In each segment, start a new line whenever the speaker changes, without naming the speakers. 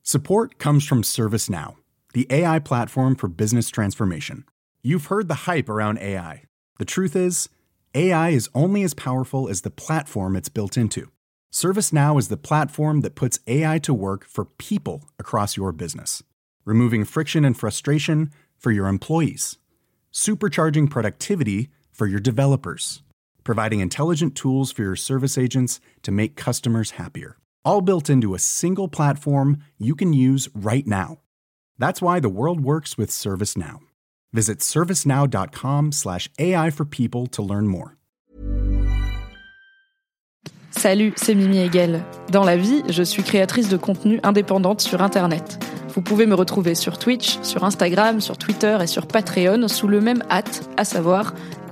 Support comes from ServiceNow, the AI platform for business transformation. You've heard the hype around AI. The truth is, AI is only as powerful as the platform it's built into. ServiceNow is the platform that puts AI to work for people across your business, removing friction and frustration for your employees, supercharging productivity for your developers, providing intelligent tools for your service agents to make customers happier. All built into a single platform you can use right now. That's why the world works with ServiceNow. Visit servicenow.com/AI for people to learn more.
Salut, c'est Mimi Hegel. Dans la vie, je suis créatrice de contenu indépendante sur Internet. Vous pouvez me retrouver sur Twitch, sur Instagram, sur Twitter et sur Patreon sous le même hâte, à savoir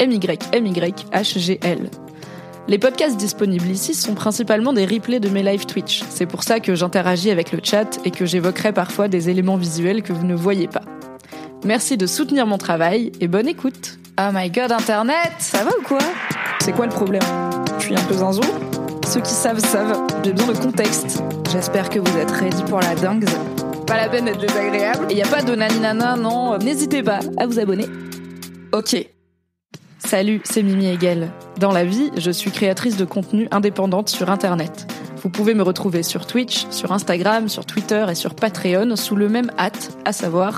MYMYHGL. Les podcasts disponibles ici sont principalement des replays de mes live Twitch. C'est pour ça que j'interagis avec le chat et que j'évoquerai parfois des éléments visuels que vous ne voyez pas. Merci de soutenir mon travail et bonne écoute. Oh my god, Internet, ça va ou quoi ? C'est quoi le problème ? Je suis un peu zinzon ? Ceux qui savent, j'ai besoin de contexte. J'espère que vous êtes ready pour la dingue. Pas la peine d'être désagréable. Et y a pas de naninana, non, n'hésitez pas à vous abonner. Ok. Salut, c'est Mimi Hegel. Dans la vie, je suis créatrice de contenu indépendante sur Internet. Vous pouvez me retrouver sur Twitch, sur Instagram, sur Twitter et sur Patreon sous le même hâte, à savoir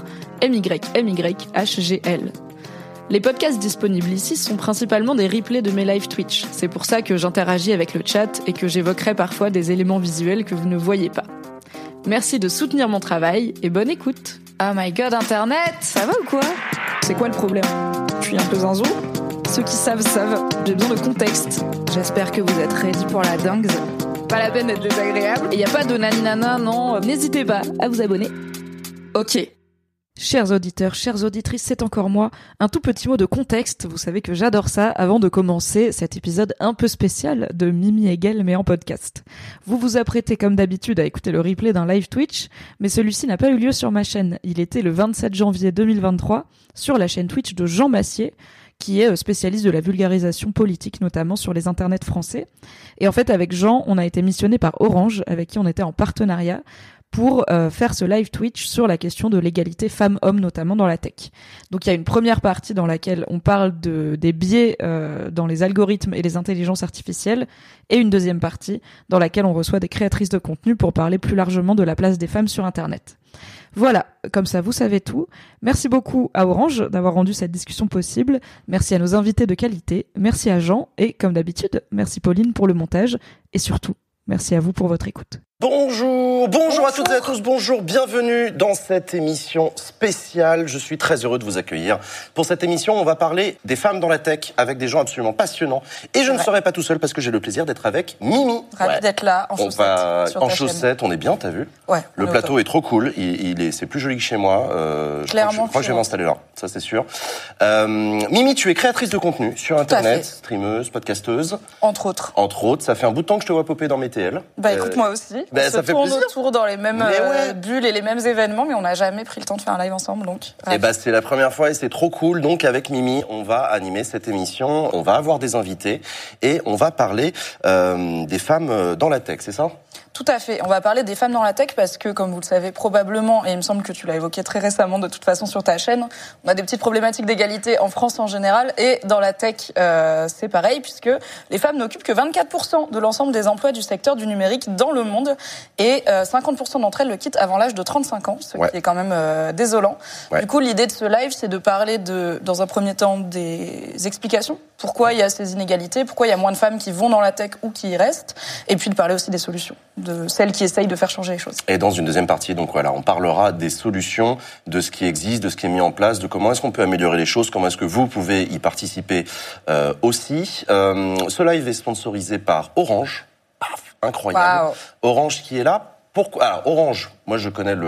MYMYHGL. Les podcasts disponibles ici sont principalement des replays de mes live Twitch. C'est pour ça que j'interagis avec le chat et que j'évoquerai parfois des éléments visuels que vous ne voyez pas. Merci de soutenir mon travail et bonne écoute. Oh my god, Internet, ça va ou quoi ? C'est quoi le problème ? Je suis un peu zinzon ? Ceux qui savent, j'ai besoin de contexte. J'espère que vous êtes ready pour la dingue. Pas la peine d'être désagréable. Et y a pas de naninana, non, n'hésitez pas à vous abonner. Ok. Chers auditeurs, chères auditrices, c'est encore moi. Un tout petit mot de contexte, vous savez que j'adore ça, avant de commencer cet épisode un peu spécial de Mimi Hegel, mais en podcast. Vous vous apprêtez comme d'habitude à écouter le replay d'un live Twitch, mais celui-ci n'a pas eu lieu sur ma chaîne. Il était le 27 janvier 2023 sur la chaîne Twitch de Jean Massier, qui est spécialiste de la vulgarisation politique, notamment sur les internets français. Et en fait, avec Jean, on a été missionné par Orange, avec qui on était en partenariat, pour faire ce live Twitch sur la question de l'égalité femmes-hommes, notamment dans la tech. Donc il y a une première partie dans laquelle on parle des biais dans les algorithmes et les intelligences artificielles, et une deuxième partie dans laquelle on reçoit des créatrices de contenu pour parler plus largement de la place des femmes sur Internet. Voilà, comme ça vous savez tout. Merci beaucoup à Orange d'avoir rendu cette discussion possible. Merci à nos invités de qualité. Merci à Jean et, comme d'habitude, merci Pauline pour le montage. Et surtout, merci à vous pour votre écoute.
Bonjour à toutes et à tous, bonjour, bienvenue dans cette émission spéciale. Je suis très heureux de vous accueillir. Pour cette émission, on va parler des femmes dans la tech avec des gens absolument passionnants. Et je ne serai pas tout seul parce que j'ai le plaisir d'être avec Mimi.
Ravi d'être là, en chaussettes.
En chaussettes, on est bien, t'as vu ?
Ouais.
Le plateau est trop cool, c'est plus joli que chez moi.
Clairement.
Je crois que je vais m'installer là, ça c'est sûr. Mimi, tu es créatrice de contenu sur Internet, streameuse, podcasteuse.
Entre autres, ça fait un bout de temps que je te vois popper dans mes TL. Bah écoute, moi aussi. On se tourne autour dans les mêmes bulles et les mêmes événements, mais on n'a jamais pris le temps de faire un live ensemble, donc.
Et c'est la première fois et c'est trop cool. Donc avec Mimi, on va animer cette émission, on va avoir des invités et on va parler des femmes dans la tech, c'est ça ?
Tout à fait. On va parler des femmes dans la tech parce que, comme vous le savez probablement, et il me semble que tu l'as évoqué très récemment de toute façon sur ta chaîne, on a des petites problématiques d'égalité en France en général et dans la tech, c'est pareil puisque les femmes n'occupent que 24% de l'ensemble des emplois du secteur du numérique dans le monde et 50% d'entre elles le quittent avant l'âge de 35 ans, ce qui est quand même désolant. Ouais. Du coup, l'idée de ce live, c'est de parler dans un premier temps des explications. Pourquoi il y a ces inégalités, pourquoi il y a moins de femmes qui vont dans la tech ou qui y restent, et puis de parler aussi des solutions, de celles qui essayent de faire changer les choses.
Et dans une deuxième partie, donc voilà, on parlera des solutions, de ce qui existe, de ce qui est mis en place, de comment est-ce qu'on peut améliorer les choses, comment est-ce que vous pouvez y participer aussi. Ce live est sponsorisé par Orange. Paf, incroyable. Wow. Orange qui est là. Pourquoi ? Alors Orange, moi je connais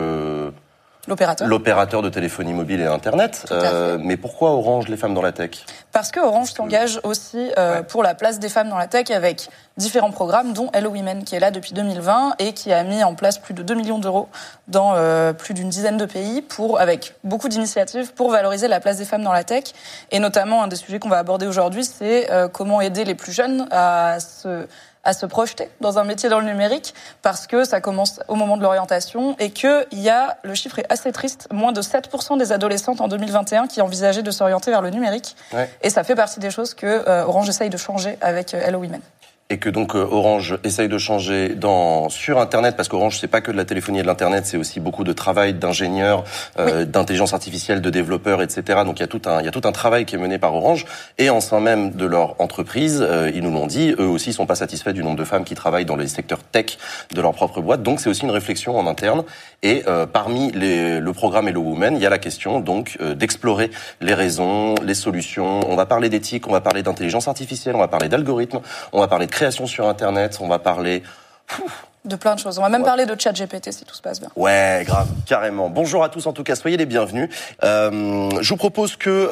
l'opérateur de téléphonie mobile et Internet. Mais pourquoi Orange, les femmes dans la tech ?
Parce que Orange s'engage aussi pour la place des femmes dans la tech avec différents programmes, dont Hello Women, qui est là depuis 2020 et qui a mis en place plus de 2 millions d'euros dans plus d'une dizaine de pays avec beaucoup d'initiatives pour valoriser la place des femmes dans la tech. Et notamment, un des sujets qu'on va aborder aujourd'hui, c'est comment aider les plus jeunes à à se projeter dans un métier dans le numérique parce que ça commence au moment de l'orientation et que le chiffre est assez triste, moins de 7% des adolescentes en 2021 qui envisageaient de s'orienter vers le numérique. Ouais. Et ça fait partie des choses que Orange essaye de changer avec Hello Women.
Et que donc Orange essaye de changer sur Internet, parce qu'Orange, c'est pas que de la téléphonie et de l'Internet, c'est aussi beaucoup de travail d'ingénieurs, d'intelligence artificielle, de développeurs, etc. Donc il y a tout un travail qui est mené par Orange. Et en sein même de leur entreprise, ils nous l'ont dit, eux aussi sont pas satisfaits du nombre de femmes qui travaillent dans les secteurs tech de leur propre boîte. Donc c'est aussi une réflexion en interne. Et parmi le programme Hello Women, il y a la question donc d'explorer les raisons, les solutions. On va parler d'éthique, on va parler d'intelligence artificielle, on va parler d'algorithmes, on va parler de création sur Internet, on va parler
de plein de choses. On va même parler de ChatGPT si tout se passe bien.
Ouais, grave, carrément. Bonjour à tous, en tout cas, soyez les bienvenus. Je vous propose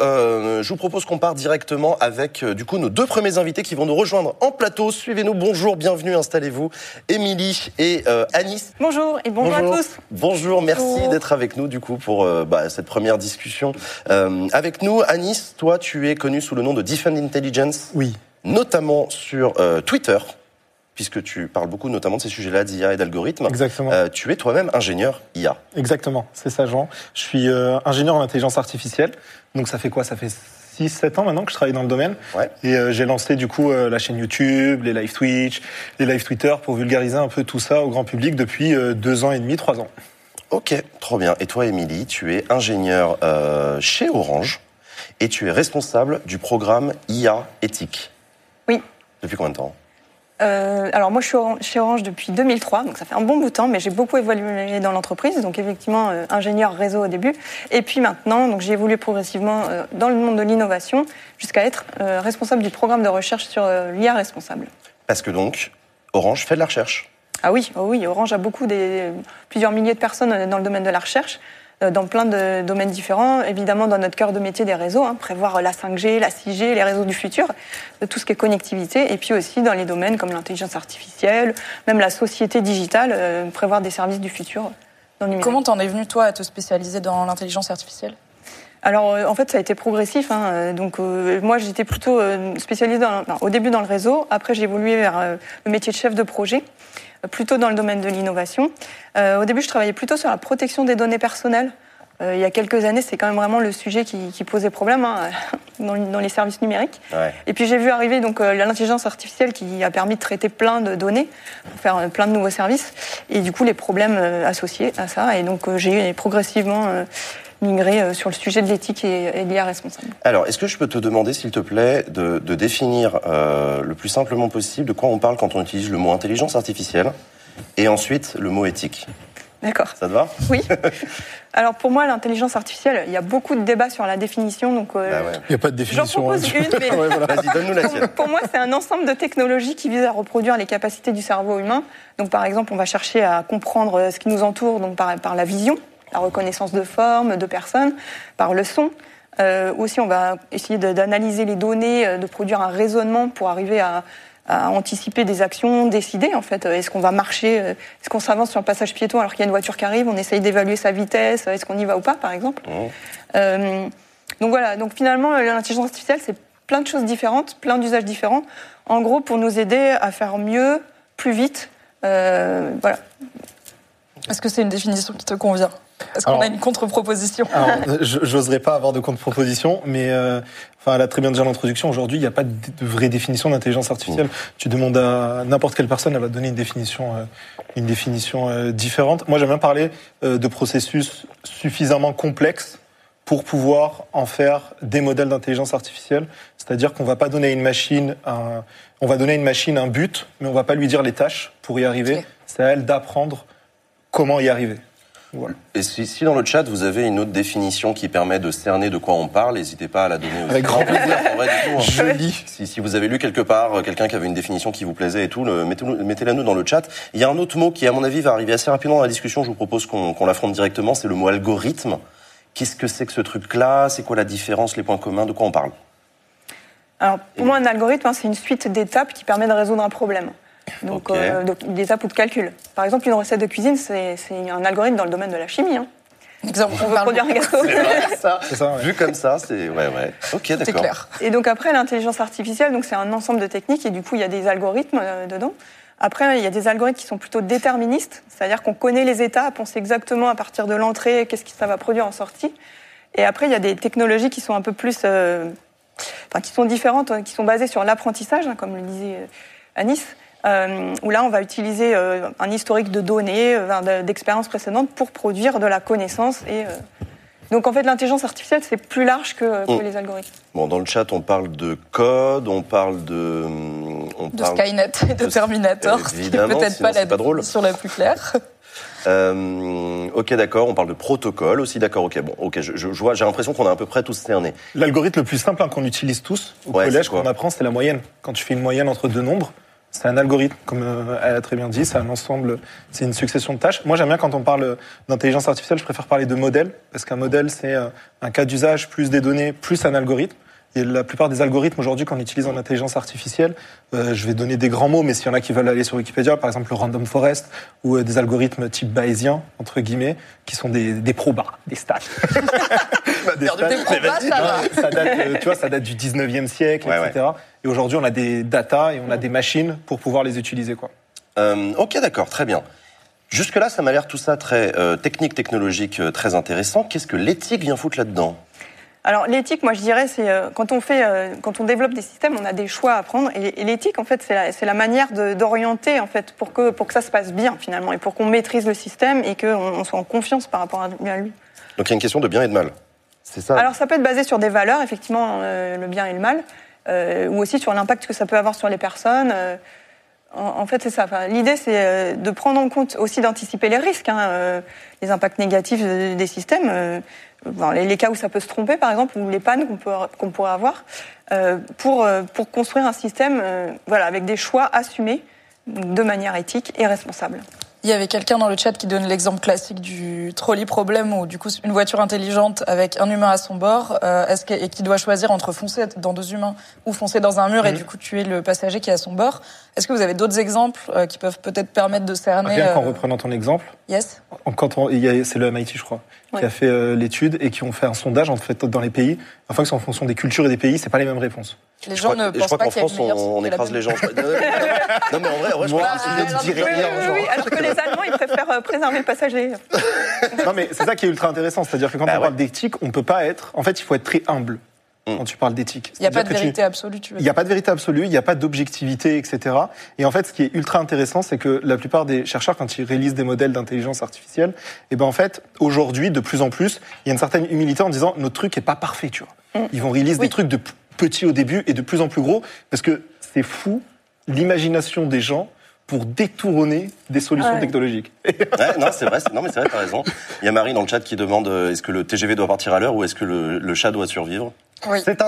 qu'on parte directement avec du coup nos deux premiers invités qui vont nous rejoindre en plateau. Suivez-nous. Bonjour, bienvenue, installez-vous. Émilie et Anis.
Bonjour et bonjour à tous.
Bonjour, merci d'être avec nous du coup pour cette première discussion. Avec nous, Anis, toi, tu es connue sous le nom de Defend Intelligence.
Oui.
Notamment sur Twitter, puisque tu parles beaucoup notamment de ces sujets-là d'IA et d'algorithmes.
Exactement.
Tu es toi-même ingénieur IA.
Exactement, c'est ça, Jean. Je suis ingénieur en intelligence artificielle. Donc ça fait quoi ? Ça fait 6-7 ans maintenant que je travaille dans le domaine. Ouais. Et j'ai lancé du coup la chaîne YouTube, les live Twitch, les live Twitter pour vulgariser un peu tout ça au grand public depuis 2 ans et demi, 3 ans.
Ok, trop bien. Et toi, Émilie, tu es ingénieure chez Orange et tu es responsable du programme IA éthique.
Oui.
Depuis combien de temps ?
Alors moi je suis chez Orange depuis 2003, donc ça fait un bon bout de temps, mais j'ai beaucoup évolué dans l'entreprise, donc effectivement ingénieur réseau au début, et puis maintenant donc j'ai évolué progressivement dans le monde de l'innovation jusqu'à être responsable du programme de recherche sur l'IA responsable.
Parce que donc Orange fait de la recherche.
Ah oui, Orange a plusieurs milliers de personnes dans le domaine de la recherche, dans plein de domaines différents, évidemment dans notre cœur de métier des réseaux, prévoir la 5G, la 6G, les réseaux du futur, tout ce qui est connectivité, et puis aussi dans les domaines comme l'intelligence artificielle, même la société digitale, prévoir des services du futur dans le numérique.
Comment t'en es venu, toi, à te spécialiser dans l'intelligence artificielle ?
Alors, en fait, ça a été progressif. Moi, j'étais plutôt spécialisée au début dans le réseau. Après, j'ai évolué vers le métier de chef de projet, plutôt dans le domaine de l'innovation. Au début, je travaillais plutôt sur la protection des données personnelles. Il y a quelques années, c'est quand même vraiment le sujet qui posait problème dans les services numériques. Ouais. Et puis, j'ai vu arriver l'intelligence artificielle qui a permis de traiter plein de données pour faire plein de nouveaux services. Et du coup, les problèmes associés à ça. Et donc, j'ai progressivement migré sur le sujet de l'éthique et l'IA responsable.
Alors, est-ce que je peux te demander, s'il te plaît, de définir le plus simplement possible de quoi on parle quand on utilise le mot intelligence artificielle et ensuite le mot éthique ?
D'accord.
Ça te va ?
Oui. Alors pour moi, l'intelligence artificielle, il y a beaucoup de débats sur la définition. Donc,
il n'y a pas de définition.
J'en propose une, mais
ouais, voilà. Vas-y, donne-nous la tienne.
Pour moi, c'est un ensemble de technologies qui visent à reproduire les capacités du cerveau humain. Donc par exemple, on va chercher à comprendre ce qui nous entoure donc par la vision, la reconnaissance de formes, de personnes, par le son. Aussi, on va essayer d'analyser les données, de produire un raisonnement pour arriver à anticiper des actions, décider en fait. Est-ce qu'on va marcher, est-ce qu'on s'avance sur le passage piéton alors qu'il y a une voiture qui arrive, on essaye d'évaluer sa vitesse, est-ce qu'on y va ou pas par exemple. Donc voilà, donc finalement l'intelligence artificielle c'est plein de choses différentes, plein d'usages différents, en gros pour nous aider à faire mieux, plus vite, voilà.
Est-ce que c'est une définition qui te convient ? Est-ce qu'on a une contre-proposition ?
J'oserais pas avoir de contre-proposition, mais elle a très bien déjà l'introduction. Aujourd'hui, il n'y a pas de vraie définition d'intelligence artificielle. Tu demandes à n'importe quelle personne, elle va te donner une définition différente. Moi, j'aime bien parler de processus suffisamment complexes pour pouvoir en faire des modèles d'intelligence artificielle. C'est-à-dire qu'on va pas donner à une machine on va donner à une machine un but, mais on va pas lui dire les tâches pour y arriver. Okay. C'est à elle d'apprendre comment y arriver. Voilà.
Et si dans le chat vous avez une autre définition qui permet de cerner de quoi on parle, n'hésitez pas à la donner aussi.
Avec grand plaisir.
En vrai, du coup,
je lis.
Si vous avez lu quelque part quelqu'un qui avait une définition qui vous plaisait et tout, mettez-la nous dans le chat. Il y a un autre mot qui, à mon avis, va arriver assez rapidement dans la discussion. Je vous propose qu'on l'affronte directement. C'est le mot algorithme. Qu'est-ce que c'est que ce truc-là ? C'est quoi la différence, les points communs ? De quoi on parle ?
Alors, pour moi, un algorithme, c'est une suite d'étapes qui permet de résoudre un problème. Donc, okay. Des étapes ou de calcul. Par exemple, une recette de cuisine, c'est un algorithme dans le domaine de la chimie.
Exemple,
On veut produire un gâteau.
C'est ça, ouais.
Vu comme ça, c'est... Ouais. Ok,
c'est
d'accord.
clair.
Et donc après, l'intelligence artificielle, donc c'est un ensemble de techniques et du coup, il y a des algorithmes dedans. Après, il y a des algorithmes qui sont plutôt déterministes, c'est-à-dire qu'on connaît les étapes, on sait exactement à partir de l'entrée qu'est-ce que ça va produire en sortie. Et après, il y a des technologies qui sont un peu plus... qui sont différentes, qui sont basées sur l'apprentissage, comme le disait Anis, où là, on va utiliser un historique de données, d'expériences précédentes pour produire de la connaissance. Donc, en fait, l'intelligence artificielle, c'est plus large que les algorithmes.
Bon, dans le chat, on parle de code, on parle de...
Skynet et de Terminator, ce qui est peut-être pas la définition la plus claire.
Ok, d'accord, on parle de protocole aussi, d'accord, ok, je vois, j'ai l'impression qu'on a à peu près tous cernés.
L'algorithme le plus simple qu'on utilise tous au collège, qu'on apprend, c'est la moyenne. Quand tu fais une moyenne entre deux nombres, c'est un algorithme, comme elle a très bien dit, c'est un ensemble, c'est une succession de tâches. Moi, j'aime bien quand on parle d'intelligence artificielle, je préfère parler de modèle, parce qu'un modèle, c'est un cas d'usage, plus des données, plus un algorithme. Et la plupart des algorithmes aujourd'hui qu'on utilise en intelligence artificielle, je vais donner des grands mots, mais s'il y en a qui veulent aller sur Wikipédia, par exemple le random forest ou des algorithmes type bayésien, entre guillemets, qui sont des probas, des stats.
Des probas, ça va.
Ça date du 19e siècle, etc. Ouais. Et aujourd'hui, on a des data et on a des machines pour pouvoir les utiliser, quoi.
Ok, d'accord, très bien. Jusque-là, ça m'a l'air tout ça très technique, technologique, très intéressant. Qu'est-ce que l'éthique vient foutre là-dedans ?
Alors l'éthique, moi je dirais, c'est quand on développe des systèmes, on a des choix à prendre. Et l'éthique, en fait, c'est la manière d'orienter, en fait, pour que ça se passe bien finalement, et pour qu'on maîtrise le système et qu'on soit en confiance par rapport à lui.
Donc il y a une question de bien et de mal. C'est ça ?
Alors ça peut être basé sur des valeurs, effectivement, le bien et le mal, ou aussi sur l'impact que ça peut avoir sur les personnes. En fait, c'est ça. Enfin, l'idée, c'est de prendre en compte aussi d'anticiper les risques, les impacts négatifs des systèmes. Les cas où ça peut se tromper, par exemple, ou les pannes qu'on pourrait avoir, pour construire un système avec des choix assumés de manière éthique et responsable.
Il y avait quelqu'un dans le chat qui donne l'exemple classique du trolley problème, où du coup une voiture intelligente avec un humain à son bord, et qui doit choisir entre foncer dans deux humains ou foncer dans un mur et du coup tuer le passager qui est à son bord. Est-ce que vous avez d'autres exemples qui peuvent peut-être permettre de cerner...
Rien qu'en reprenant ton exemple,
yes.
C'est le MIT, je crois, qui a fait l'étude et qui ont fait un sondage en fait dans les pays. Enfin, c'est en fonction des cultures et des pays, c'est pas les mêmes réponses.
Les gens ne pensent pas qu'il y a une meilleure...
on écrase les gens. Non, mais en vrai, je pense que
oui, alors que les Allemands, ils préfèrent préserver le passager.
Non, mais c'est ça qui est ultra intéressant. C'est-à-dire que quand on parle d'éthique, on peut pas être... En fait, il faut être très humble quand tu parles d'éthique.
Il n'y a pas de vérité absolue, tu veux dire.
Il n'y a pas de vérité absolue, il n'y a pas d'objectivité, etc. Et en fait, ce qui est ultra intéressant, c'est que la plupart des chercheurs, quand ils réalisent des modèles d'intelligence artificielle, en fait, aujourd'hui, de plus en plus, il y a une certaine humilité en disant, notre truc est pas parfait, tu vois. Ils vont réaliser des trucs de petits au début et de plus en plus gros, parce que c'est fou l'imagination des gens pour détourner des solutions technologiques.
Non, c'est vrai, t'as raison. Il y a Marie dans le chat qui demande est-ce que le TGV doit partir à l'heure ou est-ce que le chat doit survivre ?
Oui.
C'est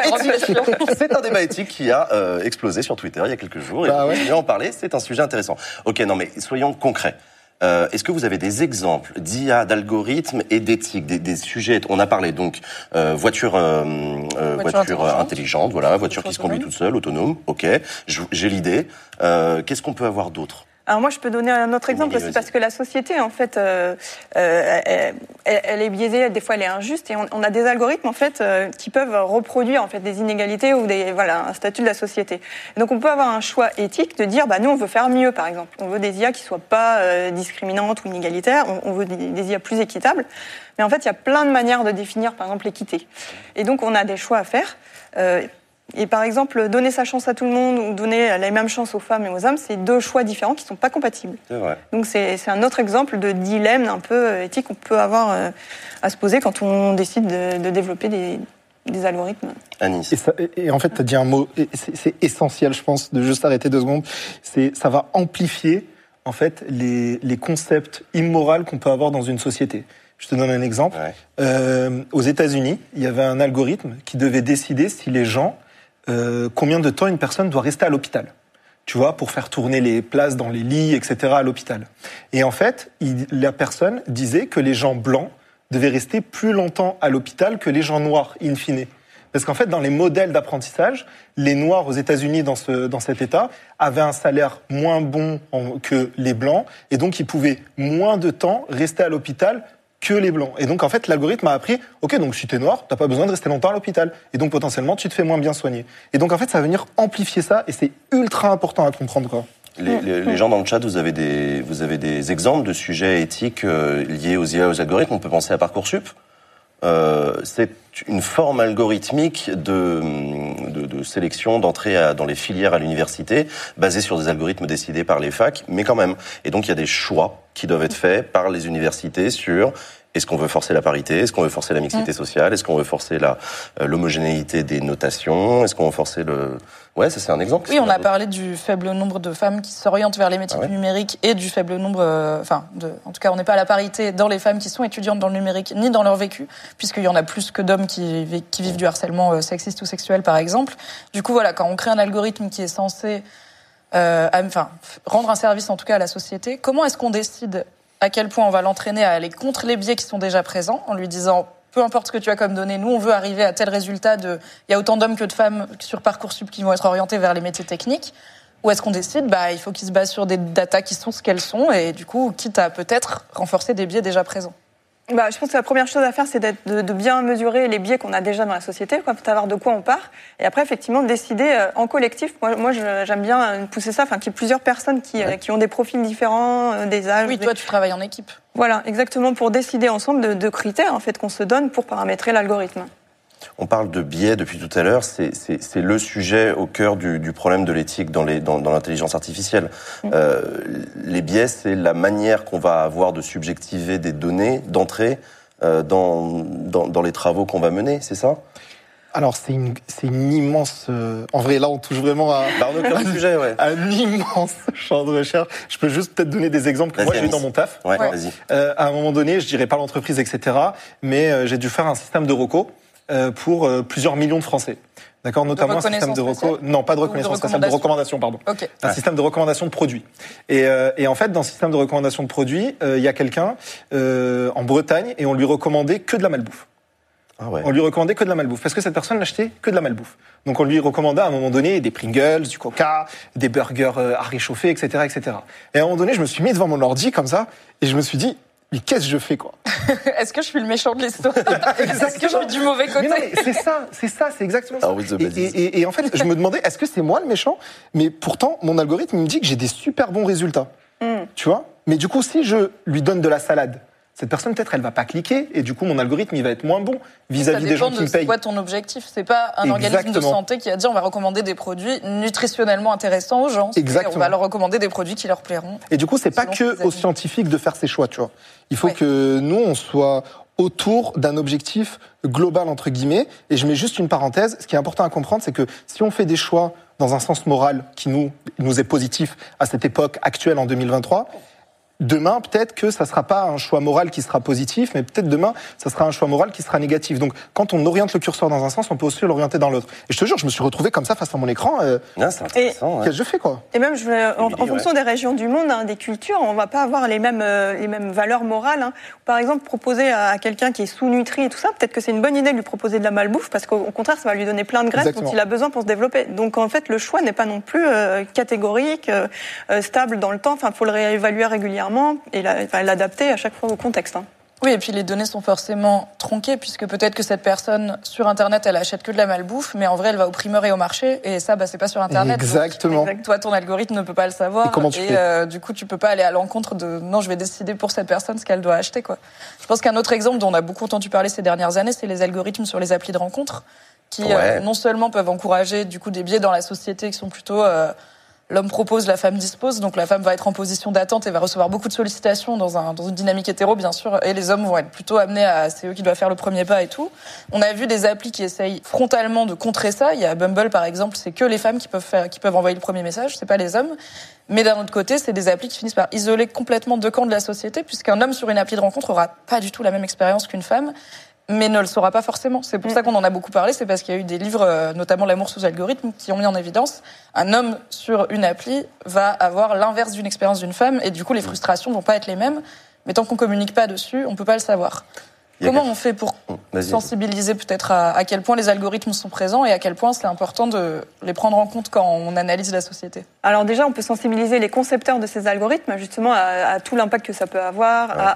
un débat éthique qui a explosé sur Twitter il y a quelques jours et on va en parler, c'est un sujet intéressant. Ok, non mais soyons concrets. Est-ce que vous avez des exemples d'IA, d'algorithmes et d'éthique, des sujets? On a parlé donc voiture intelligente, voilà, voiture qui se conduit toute seule, autonome. Ok, j'ai l'idée. Qu'est-ce qu'on peut avoir d'autre?
Alors moi, je peux donner un autre exemple aussi, parce que la société, en fait, elle est biaisée, des fois elle est injuste, et on a des algorithmes, en fait, qui peuvent reproduire, en fait, des inégalités ou un statut de la société. Et donc on peut avoir un choix éthique de dire, nous on veut faire mieux, par exemple. On veut des IA qui soient pas discriminantes ou inégalitaires, on veut des IA plus équitables. Mais en fait, il y a plein de manières de définir, par exemple, l'équité. Et donc on a des choix à faire. Et par exemple, donner sa chance à tout le monde ou donner la même chance aux femmes et aux hommes, c'est deux choix différents qui ne sont pas compatibles.
C'est vrai.
Donc c'est un autre exemple de dilemme un peu éthique qu'on peut avoir à se poser quand on décide de développer des algorithmes.
Anis.
Et en fait, tu as dit un mot, et c'est essentiel, je pense, de juste arrêter 2 secondes. Ça va amplifier, en fait, les concepts immoraux qu'on peut avoir dans une société. Je te donne un exemple. Ouais. Aux États-Unis, il y avait un algorithme qui devait décider si les gens combien de temps une personne doit rester à l'hôpital, tu vois, pour faire tourner les places dans les lits, etc. à l'hôpital. Et en fait, la personne disait que les gens blancs devaient rester plus longtemps à l'hôpital que les gens noirs, in fine. Parce qu'en fait, dans les modèles d'apprentissage, les noirs aux États-Unis, dans cet État, avaient un salaire moins bon que les blancs, et donc ils pouvaient moins de temps rester à l'hôpital que les blancs. Et donc, en fait, l'algorithme a appris, ok, donc si t'es noir, t'as pas besoin de rester longtemps à l'hôpital. Et donc, potentiellement, tu te fais moins bien soigner. Et donc, en fait, ça va venir amplifier ça, et c'est ultra important à comprendre, quoi.
Les gens dans le chat, vous avez des exemples de sujets éthiques liés aux IA, aux algorithmes. On peut penser à Parcoursup. C'est une forme algorithmique de sélection, d'entrée dans les filières à l'université, basée sur des algorithmes décidés par les facs, mais quand même. Et donc, il y a des choix qui doivent être faits par les universités sur est-ce qu'on veut forcer la parité, est-ce qu'on veut forcer la mixité sociale, est-ce qu'on veut forcer l'homogénéité des notations, est-ce qu'on veut forcer le... Ouais, ça c'est un exemple.
Oui, on a parlé du faible nombre de femmes qui s'orientent vers les métiers du numérique et du faible nombre, en tout cas, on n'est pas à la parité dans les femmes qui sont étudiantes dans le numérique ni dans leur vécu, puisqu'il y en a plus que d'hommes qui vivent du harcèlement sexiste ou sexuel, par exemple. Du coup, voilà, quand on crée un algorithme qui est censé, rendre un service en tout cas à la société, comment est-ce qu'on décide à quel point on va l'entraîner à aller contre les biais qui sont déjà présents, en lui disant peu importe ce que tu as comme données, nous on veut arriver à tel résultat il y a autant d'hommes que de femmes sur Parcoursup qui vont être orientés vers les métiers techniques, ou est-ce qu'on décide il faut qu'ils se basent sur des datas qui sont ce qu'elles sont et du coup quitte à peut-être renforcer des biais déjà présents.
Je pense que la première chose à faire, c'est de bien mesurer les biais qu'on a déjà dans la société, pour savoir de quoi on part. Et après, effectivement, décider en collectif. Moi j'aime bien pousser ça, qu'il y ait plusieurs personnes qui ont des profils différents, des âges.
Oui, toi, tu travailles en équipe.
Voilà, exactement, pour décider ensemble de critères, en fait, qu'on se donne pour paramétrer l'algorithme.
On parle de biais depuis tout à l'heure, c'est le sujet au cœur du problème de l'éthique dans l'intelligence artificielle. Les biais, c'est la manière qu'on va avoir de subjectiver des données d'entrée dans les travaux qu'on va mener, c'est ça ?
Alors, c'est une immense... En vrai, là, on touche vraiment à
sujet, ouais.
Un immense champ de recherche. Je peux juste peut-être donner des exemples que moi, j'ai eu dans mon taf.
Ouais. Vas-y.
À un moment donné, je dirais pas l'entreprise, etc., mais j'ai dû faire un système de reco pour plusieurs millions de Français. D'accord, notamment un système de reco. Non, pas de reconnaissance spatiale, de recommandation, pardon.
Okay.
Un système de recommandation de produits. Et en fait, dans ce système de recommandation de produits, il y a quelqu'un en Bretagne et on lui recommandait que de la malbouffe.
Ah ouais.
On lui recommandait que de la malbouffe parce que cette personne n'achetait que de la malbouffe. Donc on lui recommandait à un moment donné des Pringles, du Coca, des burgers à réchauffer, etc., etc. Et à un moment donné, je me suis mis devant mon ordi comme ça et je me suis dit, mais qu'est-ce que je fais, quoi?
Est-ce que je suis le méchant de l'histoire? Est-ce que je suis du mauvais côté?
Mais non, mais c'est exactement ça. Et en fait, je me demandais, est-ce que c'est moi le méchant? Mais pourtant, mon algorithme me dit que j'ai des super bons résultats. Tu vois? Mais du coup, si je lui donne de la salade, cette personne, peut-être, elle va pas cliquer, et du coup, mon algorithme, il va être moins bon vis-à-vis des gens qui me payent.
C'est quoi ton objectif? C'est pas un organisme de santé qui a dit on va recommander des produits nutritionnellement intéressants aux gens.
Exactement.
On va leur recommander des produits qui leur plairont.
Et du coup, c'est pas que aux scientifiques de faire ses choix, tu vois. Il faut que nous, on soit autour d'un objectif global, entre guillemets. Et je mets juste une parenthèse. Ce qui est important à comprendre, c'est que si on fait des choix dans un sens moral qui nous est positif à cette époque actuelle en 2023, demain, peut-être que ça sera pas un choix moral qui sera positif, mais peut-être demain, ça sera un choix moral qui sera négatif. Donc, quand on oriente le curseur dans un sens, on peut aussi l'orienter dans l'autre. Et je te jure, je me suis retrouvé comme ça face à mon écran.
C'est intéressant.
Qu'est-ce que je fais, quoi?
Et même, en fonction des régions du monde, des cultures, on va pas avoir les mêmes valeurs morales. Par exemple, proposer à quelqu'un qui est sous-nutri et tout ça, peut-être que c'est une bonne idée de lui proposer de la malbouffe, parce qu'au contraire, ça va lui donner plein de graisse dont il a besoin pour se développer. Donc, en fait, le choix n'est pas non plus catégorique, stable dans le temps. Enfin, faut le réévaluer régulièrement et l'adapter à chaque fois au contexte.
Oui, et puis les données sont forcément tronquées, puisque peut-être que cette personne, sur Internet, elle achète que de la malbouffe, mais en vrai, elle va au primeur et au marché, et ça, c'est pas sur Internet.
Exactement.
Donc, toi, ton algorithme ne peut pas le savoir.
Et comment tu fais
du coup, tu peux pas aller à l'encontre de non, je vais décider pour cette personne ce qu'elle doit acheter, quoi. Je pense qu'un autre exemple dont on a beaucoup entendu parler ces dernières années, c'est les algorithmes sur les applis de rencontres, qui non seulement peuvent encourager, du coup, des biais dans la société qui sont plutôt l'homme propose, la femme dispose, donc la femme va être en position d'attente et va recevoir beaucoup de sollicitations dans une dynamique hétéro, bien sûr, et les hommes vont être plutôt amenés c'est eux qui doivent faire le premier pas et tout. On a vu des applis qui essayent frontalement de contrer ça. Il y a Bumble, par exemple, c'est que les femmes qui peuvent envoyer le premier message, c'est pas les hommes. Mais d'un autre côté, c'est des applis qui finissent par isoler complètement deux camps de la société, puisqu'un homme sur une appli de rencontre aura pas du tout la même expérience qu'une femme, mais ne le saura pas forcément. C'est pour ça qu'on en a beaucoup parlé, c'est parce qu'il y a eu des livres, notamment L'amour sous algorithme, qui ont mis en évidence un homme sur une appli va avoir l'inverse d'une expérience d'une femme, et du coup les frustrations vont pas être les mêmes, mais tant qu'on communique pas dessus, on peut pas le savoir. Comment on fait pour sensibiliser peut-être à quel point les algorithmes sont présents et à quel point c'est important de les prendre en compte quand on analyse la société?
Alors déjà, on peut sensibiliser les concepteurs de ces algorithmes justement à tout l'impact que ça peut avoir.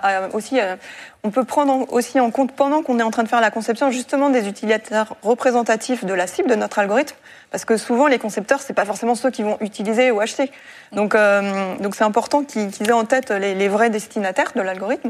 On peut prendre aussi en compte, pendant qu'on est en train de faire la conception, justement des utilisateurs représentatifs de la cible de notre algorithme, parce que souvent les concepteurs, c'est pas forcément ceux qui vont utiliser ou acheter. Donc c'est important qu'ils aient en tête les vrais destinataires de l'algorithme.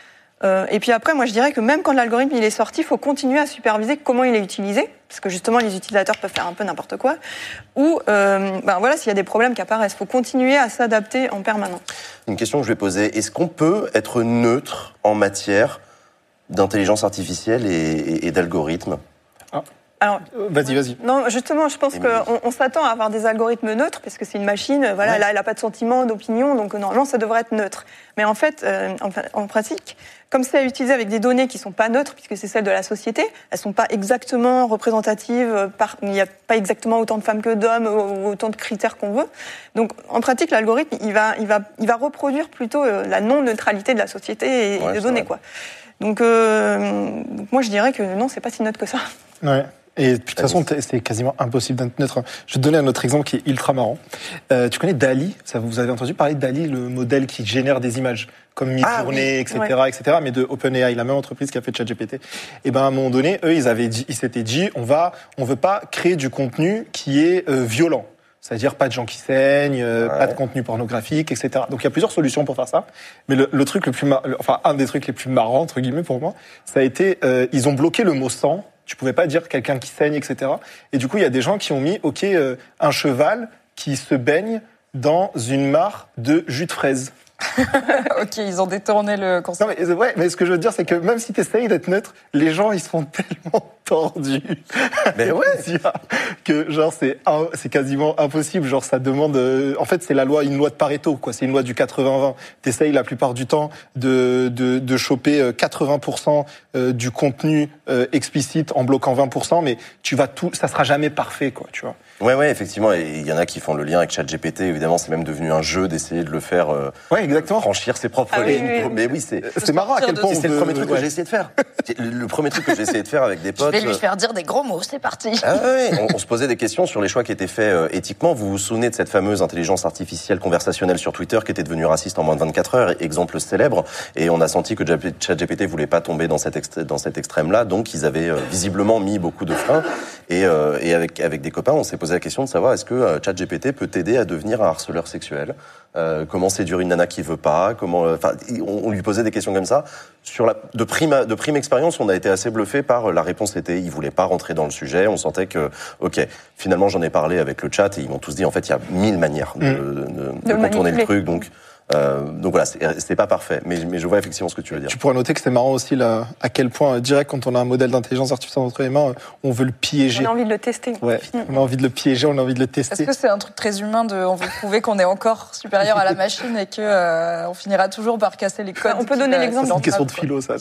Et puis après, moi je dirais que même quand l'algorithme il est sorti, il faut continuer à superviser comment il est utilisé, parce que justement les utilisateurs peuvent faire un peu n'importe quoi, ou s'il y a des problèmes qui apparaissent, il faut continuer à s'adapter en permanence.
Une question que je vais poser, est-ce qu'on peut être neutre en matière d'intelligence artificielle et d'algorithmes?
Alors, vas-y.
Non, justement, je pense qu'on s'attend à avoir des algorithmes neutres, parce que c'est une machine, elle n'a pas de sentiment, d'opinion, donc normalement, ça devrait être neutre. Mais en fait, en pratique, comme c'est utilisé avec des données qui ne sont pas neutres, puisque c'est celles de la société, elles ne sont pas exactement représentatives, il n'y a pas exactement autant de femmes que d'hommes, ou autant de critères qu'on veut. Donc, en pratique, l'algorithme, il va reproduire plutôt la non-neutralité de la société et des données, quoi. Donc, moi, je dirais que non, c'est pas si neutre que ça.
Ouais. Et de toute façon, c'est quasiment impossible d'être neutre. Je vais te donner un autre exemple qui est ultra marrant. Tu connais DALL-E? Vous avez entendu parler de DALL-E, le modèle qui génère des images comme Midjourney, etc., mais de OpenAI, la même entreprise qui a fait ChatGPT. Et à un moment donné, eux, ils s'étaient dit, on veut pas créer du contenu qui est violent. C'est-à-dire pas de gens qui saignent, pas de contenu pornographique, etc. Donc il y a plusieurs solutions pour faire ça. Mais le truc un des trucs les plus marrants, entre guillemets, pour moi, ça a été, ils ont bloqué le mot sang. Tu pouvais pas dire quelqu'un qui saigne, etc. Et du coup, il y a des gens qui ont mis, un cheval qui se baigne dans une mare de jus de fraise.
Ok, ils ont détourné le concept.
Non, mais ce que je veux dire, c'est que même si tu essayes d'être neutre, les gens, ils sont tellement tordus.
Mais ouais.
Que genre, c'est quasiment impossible. Genre, ça demande, en fait, c'est une loi de Pareto, quoi. C'est une loi du 80-20. T'essayes la plupart du temps de choper 80% du contenu explicite en bloquant 20%, mais ça sera jamais parfait, quoi, tu vois.
Ouais, effectivement. Et il y en a qui font le lien avec ChatGPT. Évidemment, c'est même devenu un jeu d'essayer de le faire
exactement.
franchir ses propres lignes.
Oui.
Mais oui, c'est
marrant à quel point
c'est le premier truc que j'ai essayé de faire. Le premier truc que j'ai essayé de faire avec des potes.
Je vais lui faire dire des gros mots, c'est parti.
On se posait des questions sur les choix qui étaient faits éthiquement. Vous vous souvenez de cette fameuse intelligence artificielle conversationnelle sur Twitter qui était devenue raciste en moins de 24 heures, exemple célèbre. Et on a senti que ChatGPT voulait pas tomber dans cet extrême-là, donc ils avaient visiblement mis beaucoup de freins. Et avec des copains, on s'est posé la question de savoir est-ce que ChatGPT peut t'aider à devenir un harceleur sexuel, comment séduire une nana qui veut pas, on lui posait des questions comme ça. De prime expérience, on a été assez bluffé par la réponse. Il voulait pas rentrer dans le sujet. On sentait que, finalement, j'en ai parlé avec le chat et ils m'ont tous dit, en fait, il y a 1000 manières de contourner le truc. Donc voilà, c'est pas parfait, mais je vois effectivement ce que tu veux dire.
Tu pourrais noter que c'est marrant aussi à quel point direct quand on a un modèle d'intelligence artificielle entre les mains, on veut le piéger.
On a envie de le tester.
Ouais, on a envie de le piéger, on a envie de le tester.
Est-ce que c'est un truc très humain on veut prouver qu'on est encore supérieur à la machine et que on finira toujours par casser les codes?
On peut donner l'exemple.
C'est une question de philo, ça.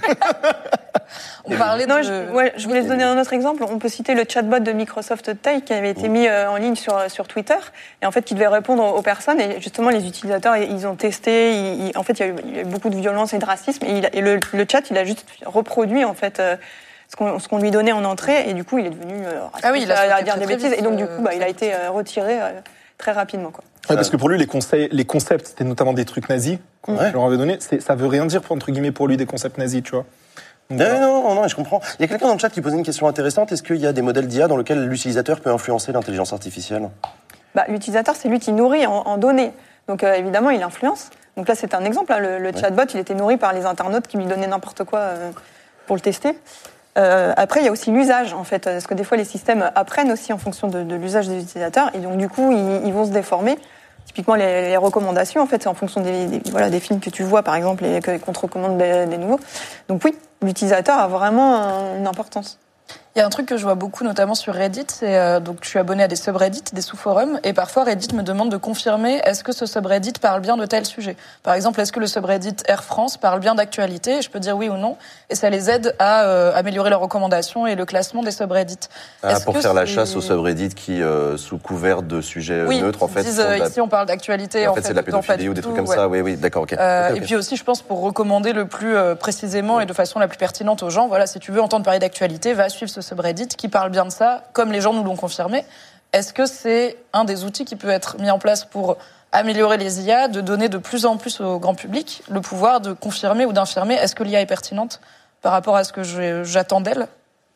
On parlait
je voulais te donner un autre exemple. On peut citer le chatbot de Microsoft Tay qui avait été mis en ligne sur Twitter et en fait qui devait répondre aux personnes et justement les utilisateurs ils ont testé. En fait, il y a eu beaucoup de violence et de racisme et le chat il a juste reproduit en fait ce qu'on lui donnait en entrée et du coup il est devenu raciste,
il a
dire des bêtises et donc du coup il a été retiré très rapidement, quoi.
Ouais, parce que pour lui, les concepts, c'était notamment des trucs nazis qu'on leur avait donné. Ça veut rien dire, entre guillemets, pour lui, des concepts nazis, tu vois.
Donc, non, je comprends. Il y a quelqu'un dans le chat qui posait une question intéressante. Est-ce qu'il y a des modèles d'IA dans lesquels l'utilisateur peut influencer l'intelligence artificielle?
L'utilisateur, c'est lui qui nourrit en données. Donc évidemment, il influence. Donc là, c'est un exemple. Le chatbot, il était nourri par les internautes qui lui donnaient n'importe quoi pour le tester. Après, il y a aussi l'usage, en fait, parce que des fois, les systèmes apprennent aussi en fonction de l'usage des utilisateurs, et donc du coup, ils vont se déformer. Typiquement, les recommandations, en fait, c'est en fonction des films que tu vois, par exemple, et qu'on te recommande des nouveaux. Donc oui, l'utilisateur a vraiment une importance.
Il y a un truc que je vois beaucoup, notamment sur Reddit, c'est donc je suis abonnée à des subreddits, des sous-forums, et parfois Reddit me demande de confirmer est-ce que ce subreddit parle bien de tel sujet. Par exemple, est-ce que le subreddit Air France parle bien d'actualité ? Je peux dire oui ou non, et ça les aide à améliorer leurs recommandations et le classement des subreddits.
Pour faire la chasse aux subreddits qui, sous couvert de sujets neutres, en fait,
disent, ici on parle d'actualité,
en fait c'est de la pédophilie ou des trucs comme ça. Oui, d'accord, ok.
Et puis aussi, je pense, pour recommander le plus précisément et de façon la plus pertinente aux gens, voilà, si tu veux entendre parler d'actualité, va suivre ce subreddit qui parle bien de ça, comme les gens nous l'ont confirmé. Est-ce que c'est un des outils qui peut être mis en place pour améliorer les IA, de donner de plus en plus au grand public le pouvoir de confirmer ou d'infirmer est-ce que l'IA est pertinente par rapport à ce que j'attends d'elle ?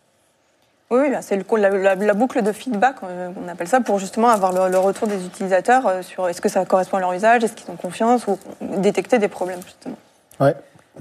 Oui, c'est la boucle de feedback, on appelle ça, pour justement avoir le retour des utilisateurs sur est-ce que ça correspond à leur usage, est-ce qu'ils ont confiance, ou détecter des problèmes, justement.
Ouais.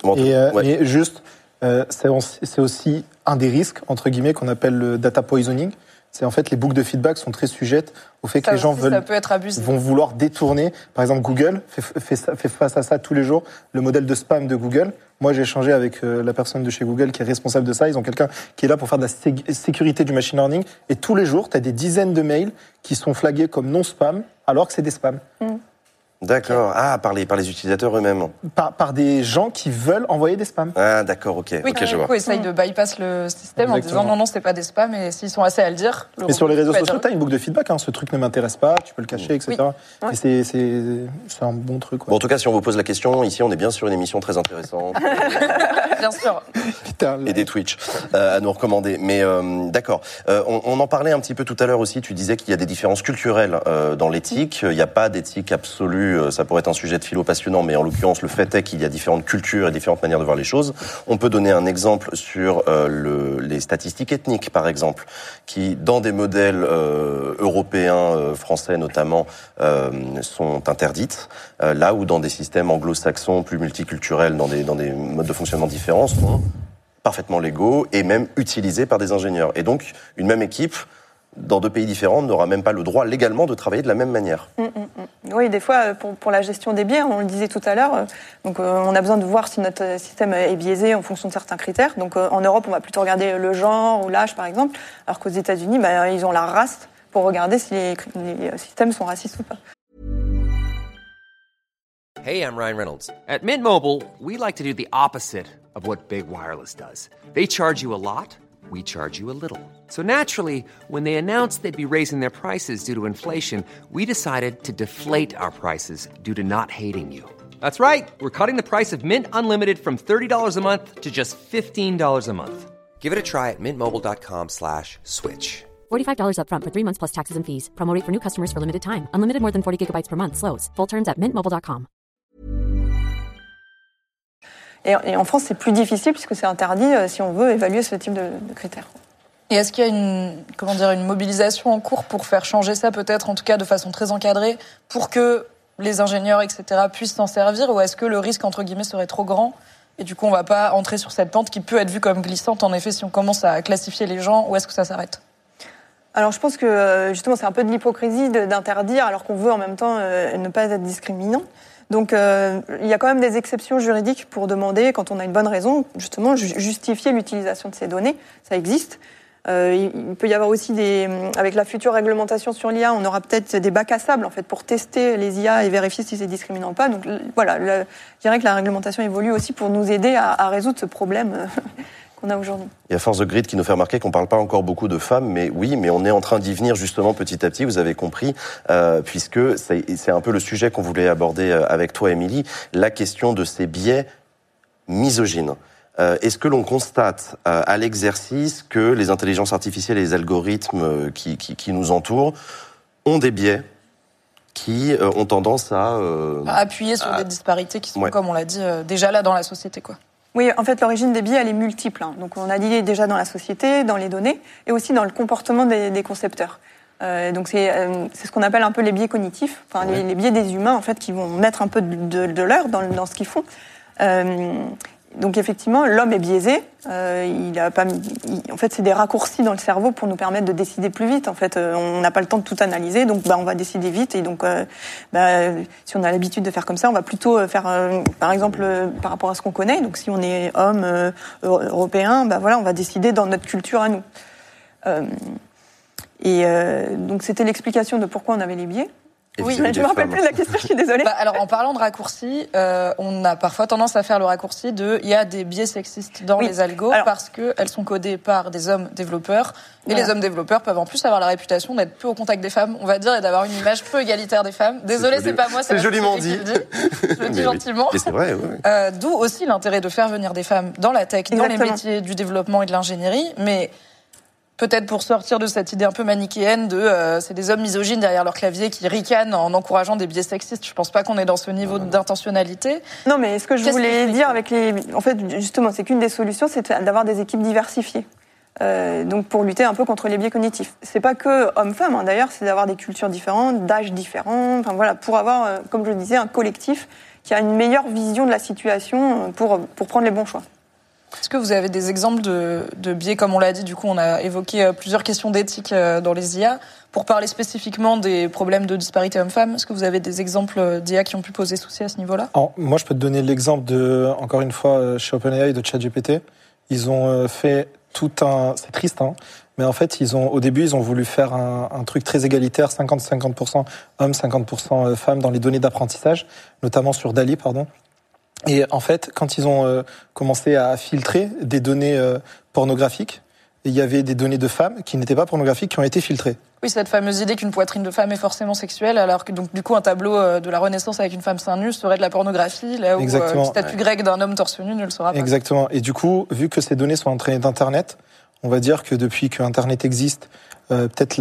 Et juste, c'est aussi un des risques, entre guillemets, qu'on appelle le data poisoning. C'est en fait les boucles de feedback sont très sujettes au fait que les gens vont vouloir détourner. Par exemple, Google fait face à ça tous les jours. Le modèle de spam de Google. Moi, j'ai échangé avec la personne de chez Google qui est responsable de ça. Ils ont quelqu'un qui est là pour faire de la sécurité du machine learning. Et tous les jours, tu as des dizaines de mails qui sont flagués comme non spam, alors que c'est des spams.
D'accord. Par les utilisateurs eux-mêmes.
Par des gens qui veulent envoyer des spams.
Ah, d'accord, ok.
Oui,
je vois.
Ils essayent de bypass le système en disant non, c'est pas des spams, et s'ils sont assez à le dire.
Mais sur les réseaux sociaux, tu as une boucle de feedback. Ce truc ne m'intéresse pas, tu peux le cacher, etc. Oui. Et c'est un bon truc.
Bon, en tout cas, si on vous pose la question, ici, on est bien sur une émission très intéressante.
Bien sûr.
Et des Twitch à nous recommander. Mais d'accord. On en parlait un petit peu tout à l'heure aussi. Tu disais qu'il y a des différences culturelles dans l'éthique. Il n'y a pas d'éthique absolue. Ça pourrait être un sujet de philo passionnant, mais en l'occurrence, le fait est qu'il y a différentes cultures et différentes manières de voir les choses. On peut donner un exemple sur les statistiques ethniques, par exemple, qui, dans des modèles européens, français notamment, sont interdites, là où dans des systèmes anglo-saxons plus multiculturels, dans des modes de fonctionnement différents, sont parfaitement légaux et même utilisés par des ingénieurs. Et donc, une même équipe, dans deux pays différents, n'aura même pas le droit légalement de travailler de la même manière.
Oui, des fois, pour la gestion des biais, on le disait tout à l'heure, on a besoin de voir si notre système est biaisé en fonction de certains critères. Donc en Europe, on va plutôt regarder le genre ou l'âge, par exemple, alors qu'aux États-Unis, ils ont la race pour regarder si les systèmes sont racistes ou pas.
Hey, I'm Ryan Reynolds. At Mint Mobile, we like to do the opposite of what Big Wireless does. They charge you a lot. We charge you a little. So naturally, when they announced they'd be raising their prices due to inflation, we decided to deflate our prices due to not hating you. That's right. We're cutting the price of Mint Unlimited from $30 a month to just $15 a month. Give it a try at mintmobile.com/switch.
$45 up front for 3 months plus taxes and fees. Promo rate for new customers for limited time. Unlimited more than 40 gigabytes per month. Slows full terms at mintmobile.com.
Et en France, c'est plus difficile puisque c'est interdit si on veut évaluer ce type de critères.
Et est-ce qu'il y a une mobilisation en cours pour faire changer ça, peut-être, en tout cas de façon très encadrée, pour que les ingénieurs, etc., puissent s'en servir, ou est-ce que le risque, entre guillemets, serait trop grand ? Et du coup, on ne va pas entrer sur cette pente qui peut être vue comme glissante, en effet, si on commence à classifier les gens, ou est-ce que ça s'arrête ?
Alors, je pense que, justement, c'est un peu de l'hypocrisie d'interdire, alors qu'on veut en même temps ne pas être discriminant. Donc, il y a quand même des exceptions juridiques pour demander, quand on a une bonne raison, justement, justifier l'utilisation de ces données. Ça existe. Il peut y avoir aussi avec la future réglementation sur l'IA, on aura peut-être des bacs à sable, en fait, pour tester les IA et vérifier si c'est discriminant ou pas. Donc, voilà, je dirais que la réglementation évolue aussi pour nous aider à résoudre ce problème qu'on a aujourd'hui.
Il y a Force the Grid qui nous fait remarquer qu'on ne parle pas encore beaucoup de femmes, mais oui, mais on est en train d'y venir justement petit à petit, vous avez compris, puisque c'est un peu le sujet qu'on voulait aborder avec toi, Émilie, la question de ces biais misogynes. Est-ce que l'on constate à l'exercice que les intelligences artificielles et les algorithmes qui nous entourent ont des biais qui ont tendance à
appuyer sur des disparités qui sont, comme on l'a dit, déjà là dans la société, quoi. Oui, en fait, l'origine des biais, elle est multiple. Donc, on a dit déjà dans la société, dans les données, et aussi dans le comportement des concepteurs. Donc, c'est ce qu'on appelle un peu les biais cognitifs, enfin, les biais des humains, en fait, qui vont mettre un peu de leur dans ce qu'ils font. Donc, effectivement, l'homme est biaisé. En fait, c'est des raccourcis dans le cerveau pour nous permettre de décider plus vite. En fait, on n'a pas le temps de tout analyser, donc on va décider vite. Et donc, si on a l'habitude de faire comme ça, on va plutôt faire, par exemple, par rapport à ce qu'on connaît. Donc, si on est homme européen, voilà, on va décider dans notre culture à nous. Donc c'était l'explication de pourquoi on avait les biais.
Et
Oui,
vis-à-vis
je
des
me rappelle
femmes.
plus de la question, je suis désolée.
Alors en parlant de raccourcis, on a parfois tendance à faire le raccourci il y a des biais sexistes dans
Oui.
les algos
Alors-
parce qu'elles sont codées par des hommes développeurs et
Voilà.
les hommes développeurs peuvent en plus avoir la réputation d'être peu au contact des femmes, on va dire, et d'avoir une image peu égalitaire des femmes. Désolée,
joli.
c'est pas moi,
C'est
la
joliment
société qui
dit.
le dit. Je le dis
Mais oui.
gentiment.
Mais c'est vrai, oui.
D'où aussi l'intérêt de faire venir des femmes dans la tech, dans les
Exactement.
métiers du développement et de l'ingénierie, mais peut-être pour sortir de cette idée un peu manichéenne de c'est des hommes misogynes derrière leur clavier qui ricanent en encourageant des biais sexistes. Je pense pas qu'on est dans ce niveau d'intentionnalité.
Non, mais ce que je
Qu'est-ce
voulais
qui fait
dire
que-
avec les... En fait, justement, c'est qu'une des solutions, c'est d'avoir des équipes diversifiées. Donc pour lutter un peu contre les biais cognitifs. C'est pas que hommes-femmes, hein, d'ailleurs, c'est d'avoir des cultures différentes, d'âges différents, enfin voilà, pour avoir, comme je le disais, un collectif qui a une meilleure vision de la situation pour prendre les bons choix.
Est-ce que vous avez des exemples de biais, comme on l'a dit, du coup on a évoqué plusieurs questions d'éthique dans les IA. Pour parler spécifiquement des problèmes de disparité hommes-femmes, est-ce que vous avez des exemples d'IA qui ont pu poser souci à ce niveau-là ?
Alors, moi, je peux te donner l'exemple de, encore une fois, chez OpenAI de ChatGPT. Ils ont fait tout un... C'est triste, hein, mais en fait, au début, ils ont voulu faire un truc très égalitaire, 50% hommes, 50% femmes dans les données d'apprentissage, notamment sur DALL-E, pardon. Et en fait, quand ils ont commencé à filtrer des données pornographiques, il y avait des données de femmes qui n'étaient pas pornographiques qui ont été filtrées.
Oui, cette fameuse idée qu'une poitrine de femme est forcément sexuelle, alors que donc du coup un tableau de la Renaissance avec une femme seins nus serait de la pornographie, là où
Exactement.
le statut grec d'un homme torse nu ne le sera pas.
Exactement. Et du coup, vu que ces données sont entraînées d'Internet, on va dire que depuis que Internet existe, peut-être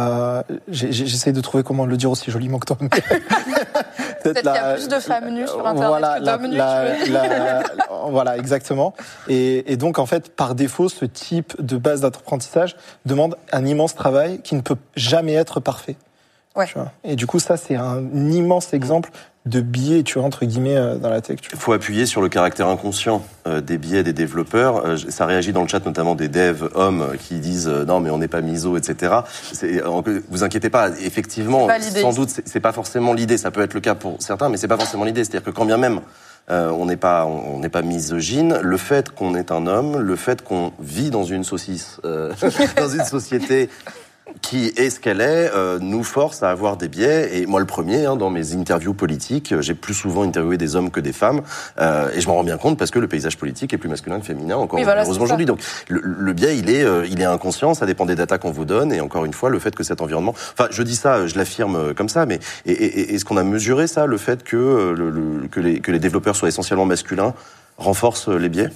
j'essaie de trouver comment le dire aussi joliment que toi. mais
Peut-être qu'il y a plus de femmes nues sur Internet
voilà,
que d'hommes nus. tu veux dire.
voilà, exactement. Et donc, en fait, par défaut, ce type de base d'apprentissage demande un immense travail qui ne peut jamais être parfait.
Ouais.
Tu vois. Et du coup, ça, c'est un immense exemple de biais, tu vois, entre guillemets, dans la tech.
Il faut appuyer sur le caractère inconscient des biais des développeurs. Ça réagit dans le chat notamment des devs hommes qui disent non mais on n'est pas miso, etc. Vous inquiétez pas, effectivement,
C'est pas l'idée.
sans doute c'est pas forcément l'idée. Ça peut être le cas pour certains, mais c'est pas forcément l'idée. C'est-à-dire que quand bien même on n'est pas misogyne, le fait qu'on est un homme, le fait qu'on vit dans une saucisse, dans une société qui est ce qu'elle est, nous force à avoir des biais. Et moi, le premier, dans mes interviews politiques, j'ai plus souvent interviewé des hommes que des femmes. Et je m'en rends bien compte parce que le paysage politique est plus masculin que féminin, encore
Oui, voilà,
heureusement
c'est ça.
aujourd'hui. Donc, le biais, il est inconscient, ça dépend des datas qu'on vous donne. Et encore une fois, le fait que cet environnement... Enfin, je dis ça, je l'affirme comme ça, mais est-ce qu'on a mesuré ça, le fait que les développeurs soient essentiellement masculins, renforce les biais?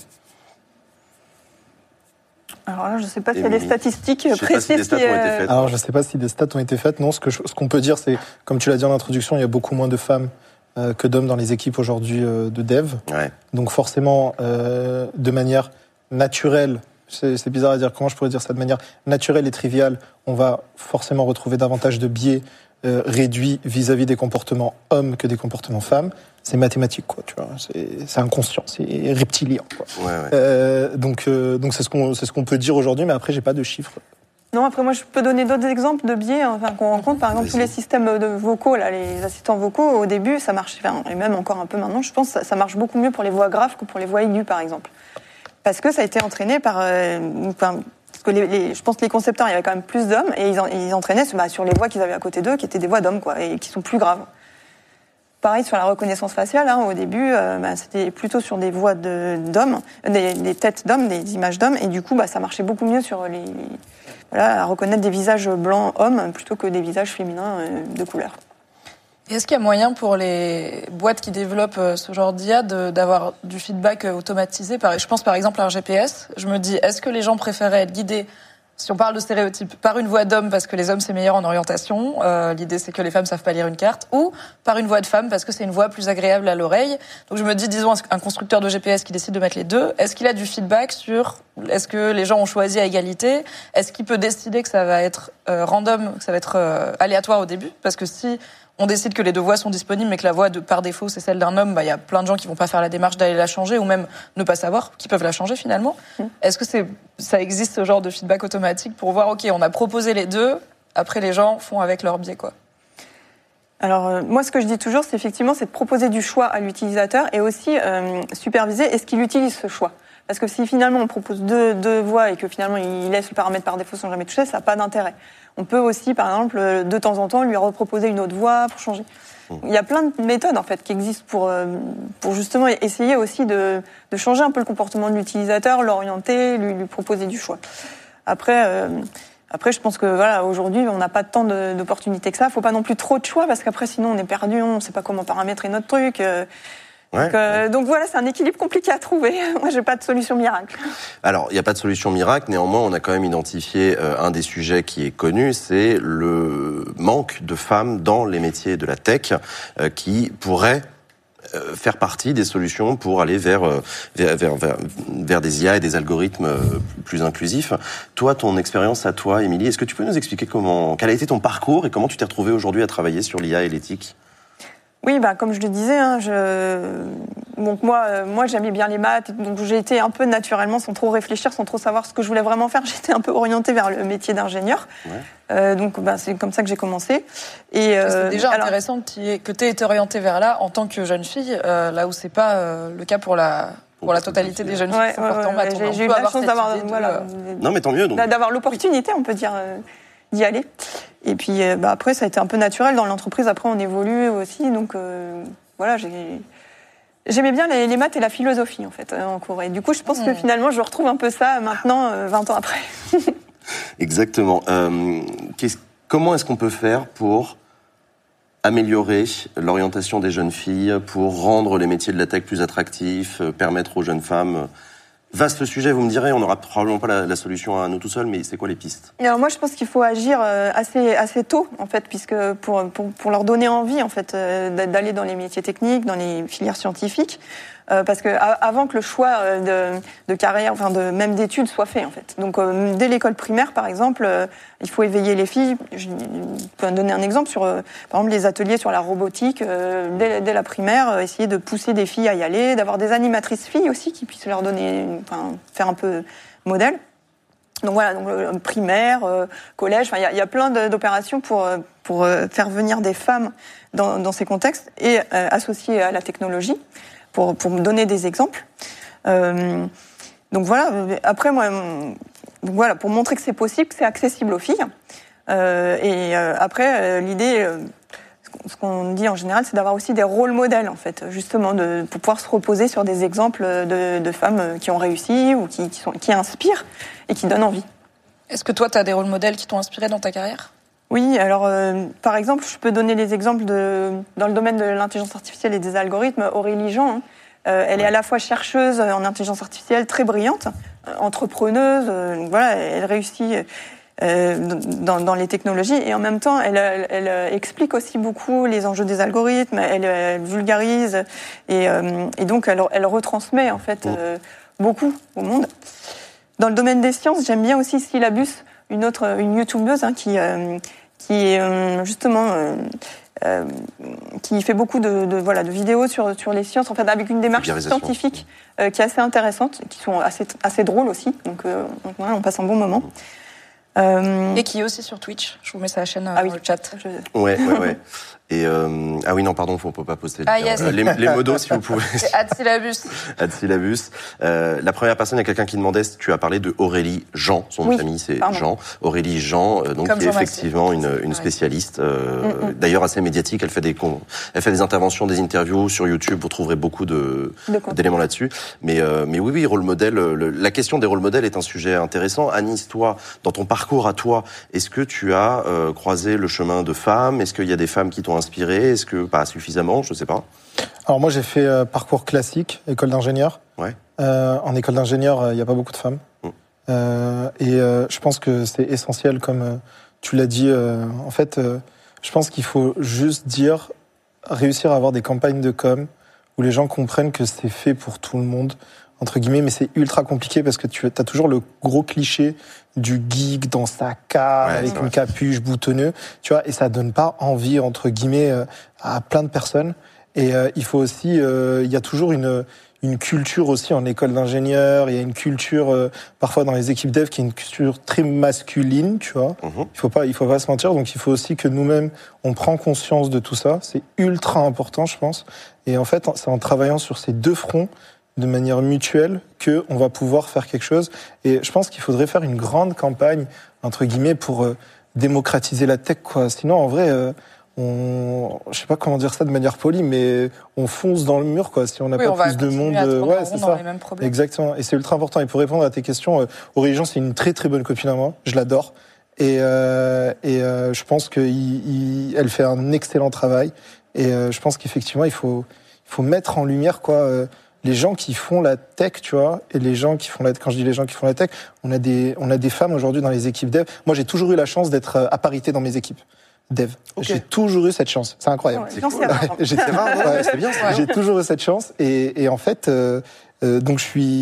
Alors là, je ne sais pas s'il y a
Émilie.
des statistiques
Je sais pas si des
précises.
stats ont été faites.
Alors, je ne sais pas si des stats ont été faites. Non, ce qu'on peut dire, c'est, comme tu l'as dit en introduction, il y a beaucoup moins de femmes que d'hommes dans les équipes aujourd'hui de dev.
Ouais.
Donc forcément, de manière naturelle, c'est bizarre à dire, comment je pourrais dire ça, de manière naturelle et triviale, on va forcément retrouver davantage de biais réduits vis-à-vis des comportements hommes que des comportements femmes. C'est mathématique, quoi, tu vois. C'est inconscient, c'est reptilien, quoi.
Ouais.
Donc c'est ce qu'on peut dire aujourd'hui, mais après, j'ai pas de chiffres.
Non, après moi je peux donner d'autres exemples de biais qu'on rencontre. Par exemple,
Vas-y.
tous les systèmes de vocaux, là, les assistants vocaux, au début, ça marche, et même encore un peu maintenant, je pense que ça marche beaucoup mieux pour les voix graves que pour les voix aiguës, par exemple. Parce que ça a été entraîné par... parce que je pense que les concepteurs, il y avait quand même plus d'hommes, et ils entraînaient sur les voix qu'ils avaient à côté d'eux, qui étaient des voix d'hommes, quoi, et qui sont plus graves. Pareil sur la reconnaissance faciale, au début, c'était plutôt sur des voix d'hommes, des têtes d'hommes, des images d'hommes, et du coup, ça marchait beaucoup mieux sur à reconnaître des visages blancs hommes plutôt que des visages féminins de couleur.
Et est-ce qu'il y a moyen pour les boîtes qui développent ce genre d'IA d'avoir du feedback automatisé? Je pense par exemple à un GPS. Je me dis, est-ce que les gens préféraient être guidés, si on parle de stéréotypes, par une voix d'homme parce que les hommes c'est meilleur en orientation, l'idée c'est que les femmes savent pas lire une carte, ou par une voix de femme parce que c'est une voix plus agréable à l'oreille. Donc je me dis, disons un constructeur de GPS qui décide de mettre les deux, est-ce qu'il a du feedback sur est-ce que les gens ont choisi à égalité? Est-ce qu'il peut décider que ça va être random, que ça va être aléatoire au début? Parce que si on décide que les deux voix sont disponibles, mais que la voix par défaut c'est celle d'un homme, il y a plein de gens qui vont pas faire la démarche d'aller la changer, ou même ne pas savoir, qui peuvent la changer finalement. Est-ce que ça existe ce genre de feedback automatique pour voir, ok, on a proposé les deux, après les gens font avec leur biais, quoi?
Alors moi, ce que je dis toujours, c'est de proposer du choix à l'utilisateur et aussi superviser est-ce qu'il utilise ce choix. Parce que si finalement on propose deux voies et que finalement il laisse le paramètre par défaut sans jamais toucher, ça n'a pas d'intérêt. On peut aussi, par exemple, de temps en temps, lui reproposer une autre voie pour changer. Il y a plein de méthodes en fait qui existent pour justement essayer aussi de changer un peu le comportement de l'utilisateur, l'orienter, lui proposer du choix. Après, je pense que voilà, aujourd'hui, on n'a pas tant d'opportunités que ça. Faut pas non plus trop de choix parce qu'après, sinon, on est perdu, on ne sait pas comment paramétrer notre truc. Donc voilà, c'est un équilibre compliqué à trouver. Moi, j'ai pas de solution miracle.
Alors, il n'y a pas de solution miracle. Néanmoins, on a quand même identifié un des sujets qui est connu, c'est le manque de femmes dans les métiers de la tech qui pourraient faire partie des solutions pour aller vers des IA et des algorithmes plus inclusifs. Toi, ton expérience à toi, Émilie, est-ce que tu peux nous expliquer quel a été ton parcours et comment tu t'es retrouvée aujourd'hui à travailler sur l'IA et l'éthique ?
Oui, comme je le disais, donc moi j'aimais bien les maths, donc j'ai été un peu naturellement, sans trop réfléchir, sans trop savoir ce que je voulais vraiment faire, j'étais un peu orientée vers le métier d'ingénieur. Donc c'est comme ça que j'ai commencé. Et
c'est déjà intéressant que tu aies été orientée vers là en tant que jeune fille, là où c'est pas le cas pour la totalité des jeunes filles qui sont fortes en maths.
J'ai eu la chance d'avoir
non mais tant mieux, donc.
D'avoir l'opportunité, on peut dire, d'y aller. Et puis après, ça a été un peu naturel dans l'entreprise. Après, on évolue aussi, donc voilà, j'aimais bien les maths et la philosophie en fait en cours. Et du coup, je pense que finalement, je retrouve un peu ça maintenant, 20 ans après.
Exactement. Comment est-ce qu'on peut faire pour améliorer l'orientation des jeunes filles, pour rendre les métiers de la tech plus attractifs, permettre aux jeunes femmes... Vaste sujet, vous me direz, on n'aura probablement pas la solution à nous tout seuls, mais c'est quoi les pistes ?
Alors moi, je pense qu'il faut agir assez tôt, en fait, puisque pour leur donner envie, en fait, d'aller dans les métiers techniques, dans les filières scientifiques, parce que avant que le choix de carrière, enfin même d'études, soit fait, en fait. Donc dès l'école primaire, par exemple, il faut éveiller les filles. Je peux donner un exemple sur, par exemple, les ateliers sur la robotique dès la primaire, essayer de pousser des filles à y aller, d'avoir des animatrices filles aussi qui puissent leur donner, faire un peu modèle. Donc voilà, donc primaire, collège, il y a plein d'opérations pour faire venir des femmes dans ces contextes et associées à la technologie. Pour me donner des exemples. Donc voilà, après moi, voilà, pour montrer que c'est possible, que c'est accessible aux filles. Après, l'idée, ce qu'on dit en général, c'est d'avoir aussi des rôles modèles, en fait, justement, pour pouvoir se reposer sur des exemples de femmes qui ont réussi ou qui inspirent et qui donnent envie.
Est-ce que toi, tu as des rôles modèles qui t'ont inspiré dans ta carrière ?
Oui, alors par exemple, je peux donner les exemples dans le domaine de l'intelligence artificielle et des algorithmes. Aurélie Jean, elle est à la fois chercheuse en intelligence artificielle, très brillante, entrepreneuse, voilà, elle réussit dans les technologies et en même temps, elle explique aussi beaucoup les enjeux des algorithmes, elle vulgarise et donc elle retransmet en fait beaucoup au monde. Dans le domaine des sciences, j'aime bien aussi Syllabus, une youtubeuse qui justement qui fait beaucoup de vidéos sur les sciences, en fait, avec une démarche scientifique qui est assez intéressante, qui sont assez drôles aussi. Donc voilà, on passe un bon moment.
Et qui est aussi sur Twitch. Je vous mets sa chaîne dans le chat.
Ouais. Et ah oui, non, pardon, on peut pas poster les modos, si vous pouvez.
C'est @syllabus.
@syllabus. La première personne, il y a quelqu'un qui demandait, tu as parlé de Aurélie Jean, son nom de famille c'est Jean. Aurélie Jean, donc qui est effectivement une spécialiste, d'ailleurs assez médiatique. Elle fait des interventions, des interviews sur YouTube. Vous trouverez beaucoup d'éléments là-dessus. Mais oui, rôle modèle. La question des rôles modèles est un sujet intéressant. Anis, toi, dans ton parcours à toi, est-ce que tu as croisé le chemin de femmes ? Est-ce qu'il y a des femmes qui t'ont inspiré ? Est-ce que pas suffisamment ? Je sais pas.
Alors moi j'ai fait parcours classique, école d'ingénieur.
Ouais.
En école d'ingénieur, il n'y a pas beaucoup de femmes. Je pense que c'est essentiel, comme tu l'as dit. En fait, je pense qu'il faut juste réussir à avoir des campagnes de com où les gens comprennent que c'est fait pour tout le monde, entre guillemets, mais c'est ultra compliqué parce que tu as toujours le gros cliché du geek dans sa cave avec une capuche boutonneux, tu vois, et ça donne pas envie, entre guillemets, à plein de personnes. Et il faut aussi, il y a toujours une culture aussi en école d'ingénieur, il y a une culture parfois dans les équipes dev qui est une culture très masculine, tu vois. Il faut pas se mentir, donc il faut aussi que nous-mêmes on prend conscience de tout ça. C'est ultra important, je pense. Et en fait, c'est en travaillant sur ces deux fronts de manière mutuelle qu'on va pouvoir faire quelque chose. Et je pense qu'il faudrait faire une grande campagne, entre guillemets, pour démocratiser la tech, quoi. Sinon, en vrai, je sais pas comment dire ça de manière polie, mais on fonce dans le mur, quoi. Si on n'a pas plus de monde,
ouais, c'est ça. Les mêmes problèmes.
Exactement. Et c'est ultra important. Et pour répondre à tes questions, Aurélie Jean, c'est une très très bonne copine à moi. Je l'adore. Et je pense qu'elle fait un excellent travail. Et je pense qu'effectivement, il faut mettre en lumière, quoi, les gens qui font la tech, tu vois, et les gens qui font quand je dis les gens qui font la tech, on a des femmes aujourd'hui dans les équipes dev. Moi, j'ai toujours eu la chance d'être à parité dans mes équipes dev. Okay. J'ai toujours eu cette chance. C'est incroyable.
C'est rare.
C'est rare, ouais, c'est bien ça. J'ai toujours eu cette chance. Et en fait, donc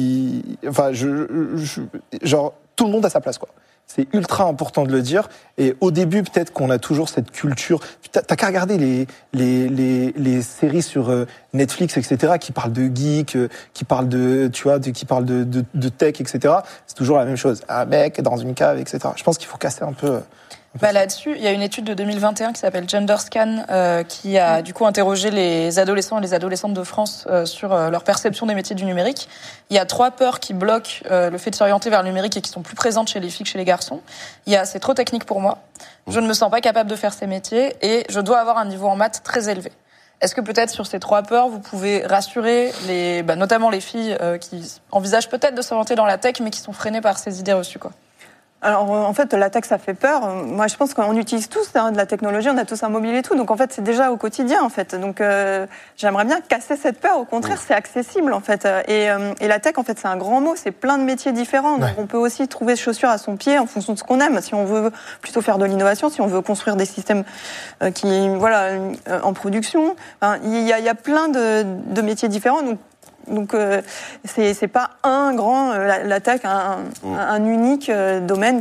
genre, tout le monde a sa place, quoi. C'est ultra important de le dire. Et au début, peut-être qu'on a toujours cette culture. T'as qu'à regarder les séries sur Netflix, etc., qui parlent de geek, qui parlent qui parlent de tech, etc. C'est toujours la même chose. Un mec dans une cave, etc. Je pense qu'il faut casser un peu.
Là-dessus, il y a une étude de 2021 qui s'appelle GenderScan qui a du coup interrogé les adolescents et les adolescentes de France sur leur perception des métiers du numérique. Il y a 3 peurs qui bloquent le fait de s'orienter vers le numérique et qui sont plus présentes chez les filles que chez les garçons. Il y a c'est trop technique pour moi, je ne me sens pas capable de faire ces métiers et je dois avoir un niveau en maths très élevé. Est-ce que peut-être sur ces 3 peurs, vous pouvez rassurer notamment les filles qui envisagent peut-être de s'orienter dans la tech mais qui sont freinées par ces idées reçues, quoi?
Alors, en fait, la tech, ça fait peur. Moi, je pense qu'on utilise tous de la technologie, on a tous un mobile et tout. Donc, en fait, c'est déjà au quotidien, en fait. Donc, j'aimerais bien casser cette peur. Au contraire, c'est accessible, en fait. Et la tech, en fait, c'est un grand mot. C'est plein de métiers différents. Donc, on peut aussi trouver chaussure à son pied en fonction de ce qu'on aime. Si on veut plutôt faire de l'innovation, si on veut construire des systèmes en production. Il y a plein de métiers différents. Donc c'est pas un grand la tech, un unique domaine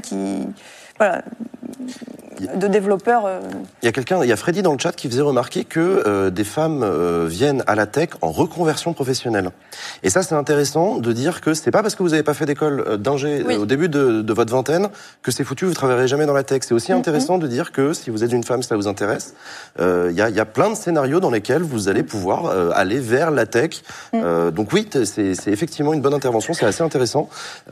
de développeurs.
Il y a Freddy dans le chat qui faisait remarquer que des femmes viennent à la tech en reconversion professionnelle. Et ça, c'est intéressant de dire que c'est pas parce que vous n'avez pas fait d'école d'ingé au début de votre vingtaine que c'est foutu, vous ne travaillerez jamais dans la tech. C'est aussi intéressant de dire que si vous êtes une femme, ça vous intéresse. Il y a plein de scénarios dans lesquels vous allez pouvoir aller vers la tech. Donc oui, c'est effectivement une bonne intervention, c'est assez intéressant.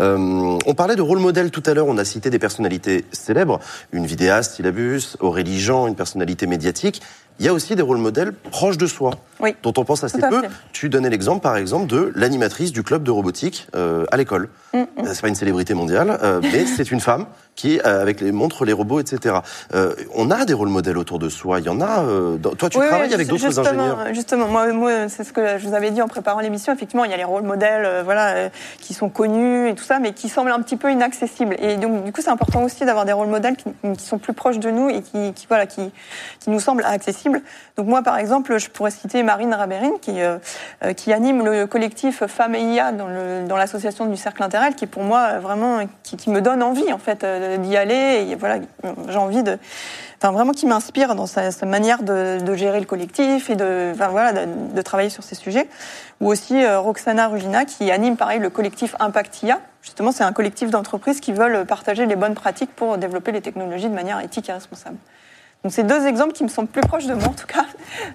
On parlait de rôle modèle tout à l'heure, on a cité des personnalités célèbres, une vidéaste, Syllabus, Aurélie Jean, une personnalité médiatique. Il y a aussi des rôles modèles proches de soi, dont on pense assez peu. Tu donnais l'exemple, par exemple, de l'animatrice du club de robotique à l'école. C'est pas une célébrité mondiale, mais c'est une femme qui montre les robots, etc. On a des rôles modèles autour de soi. Il y en a. Toi, tu travailles avec d'autres ingénieurs.
Justement, moi, c'est ce que je vous avais dit en préparant l'émission. Effectivement, il y a les rôles modèles, qui sont connus et tout ça, mais qui semblent un petit peu inaccessibles. Et donc, du coup, c'est important aussi d'avoir des rôles modèles qui sont plus proches de nous et qui nous semblent accessibles. Donc moi, par exemple, je pourrais citer Marine Rabérine, qui anime le collectif Femmes et IA dans l'association du Cercle Interrel, qui pour moi vraiment qui me donne envie en fait d'y aller. Et voilà, j'ai envie vraiment qui m'inspire dans sa manière de gérer le collectif et de travailler sur ces sujets. Ou aussi Roxana Rugina, qui anime pareil le collectif Impact IA. Justement, c'est un collectif d'entreprises qui veulent partager les bonnes pratiques pour développer les technologies de manière éthique et responsable. Donc, c'est 2 exemples qui me semblent plus proches de moi, en tout cas,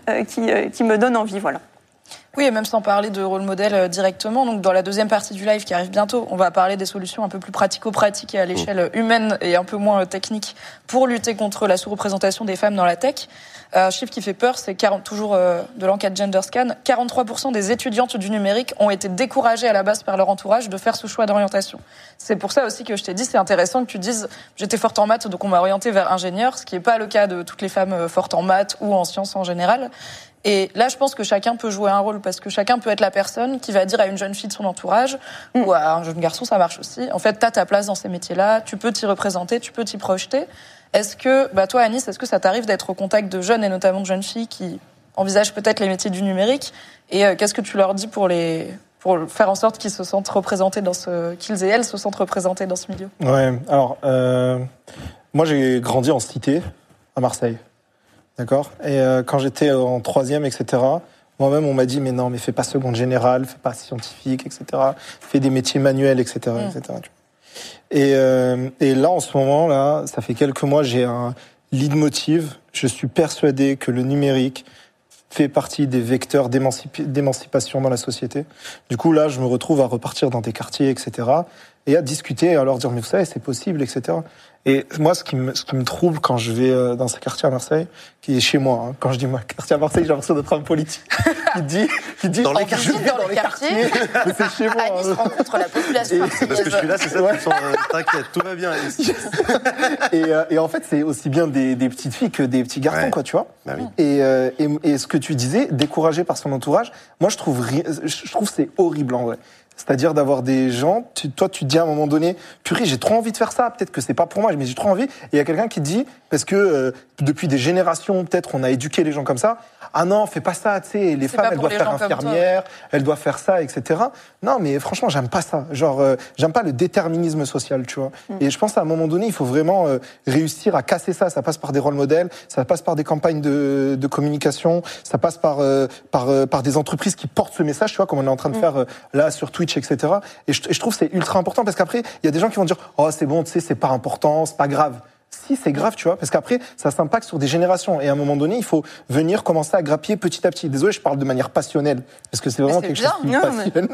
qui me donnent envie, voilà.
Oui, et même sans parler de rôle modèle directement. Donc, dans la deuxième partie du live qui arrive bientôt, on va parler des solutions un peu plus pratico-pratiques et à l'échelle humaine et un peu moins technique pour lutter contre la sous-représentation des femmes dans la tech. Un chiffre qui fait peur, c'est toujours de l'enquête GenderScan, 43% des étudiantes du numérique ont été découragées à la base par leur entourage de faire ce choix d'orientation. C'est pour ça aussi que je t'ai dit, c'est intéressant que tu dises j'étais forte en maths, donc on m'a orientée vers ingénieur, ce qui n'est pas le cas de toutes les femmes fortes en maths ou en sciences en général. Et là, je pense que chacun peut jouer un rôle, parce que chacun peut être la personne qui va dire à une jeune fille de son entourage, ou à un jeune garçon, ça marche aussi. En fait, t'as ta place dans ces métiers-là, tu peux t'y représenter, tu peux t'y projeter. Est-ce que, toi, Anis, est-ce que ça t'arrive d'être au contact de jeunes, et notamment de jeunes filles, qui envisagent peut-être les métiers du numérique? Et qu'est-ce que tu leur dis pour faire en sorte qu'ils se sentent représentés qu'ils et elles se sentent représentés dans ce milieu?
Ouais, alors, moi, j'ai grandi en cité, à Marseille. D'accord. Et quand j'étais en 3e, etc., moi-même, on m'a dit, mais non, mais fais pas seconde générale, fais pas scientifique, etc., fais des métiers manuels, etc., etc. Et là, en ce moment-là, ça fait quelques mois, j'ai un leitmotiv. Je suis persuadé que le numérique fait partie des vecteurs d'émancipation dans la société. Du coup, là, je me retrouve à repartir dans des quartiers, etc., et à discuter, et à leur dire, mais vous savez, c'est possible, etc. Et moi, ce qui me trouble quand je vais dans ces quartiers à Marseille, qui est chez moi, hein, quand je dis moi, quartier à Marseille, j'ai l'impression d'être un politique, qui dit
dans les
quartiers,
mais c'est chez moi.
Anis rencontre la population marseillaise.
Parce que je suis là, c'est ça, t'inquiète, tout va bien, Anis.
Et en fait, c'est aussi bien des petites filles que des petits garçons, quoi, tu vois.
Bah oui.
Et ce que tu disais, découragé par son entourage, moi, je trouve c'est horrible, en vrai. C'est-à-dire d'avoir des gens, toi tu te dis à un moment donné, purée, j'ai trop envie de faire ça, peut-être que c'est pas pour moi, mais j'ai trop envie. Et il y a quelqu'un qui te dit, parce que depuis des générations, peut-être on a éduqué les gens comme ça, ah non, fais pas ça, tu sais, les femmes elles doivent faire infirmière, elles doivent faire ça, etc. Non, mais franchement, j'aime pas ça. Genre, j'aime pas le déterminisme social, tu vois. Et je pense à un moment donné, il faut vraiment réussir à casser ça. Ça passe par des rôles modèles, ça passe par des campagnes de communication, ça passe par des entreprises qui portent ce message, tu vois, comme on est en train de faire là sur Twitch, etc. Et je trouve que c'est ultra important parce qu'après, il y a des gens qui vont dire « Oh, c'est bon, tu sais, c'est pas important, c'est pas grave ». Si, c'est grave, tu vois, parce qu'après, ça s'impacte sur des générations. Et à un moment donné, il faut venir commencer à grappiller petit à petit. Désolé, je parle de manière passionnelle, parce que c'est vraiment quelque chose qui me passionne.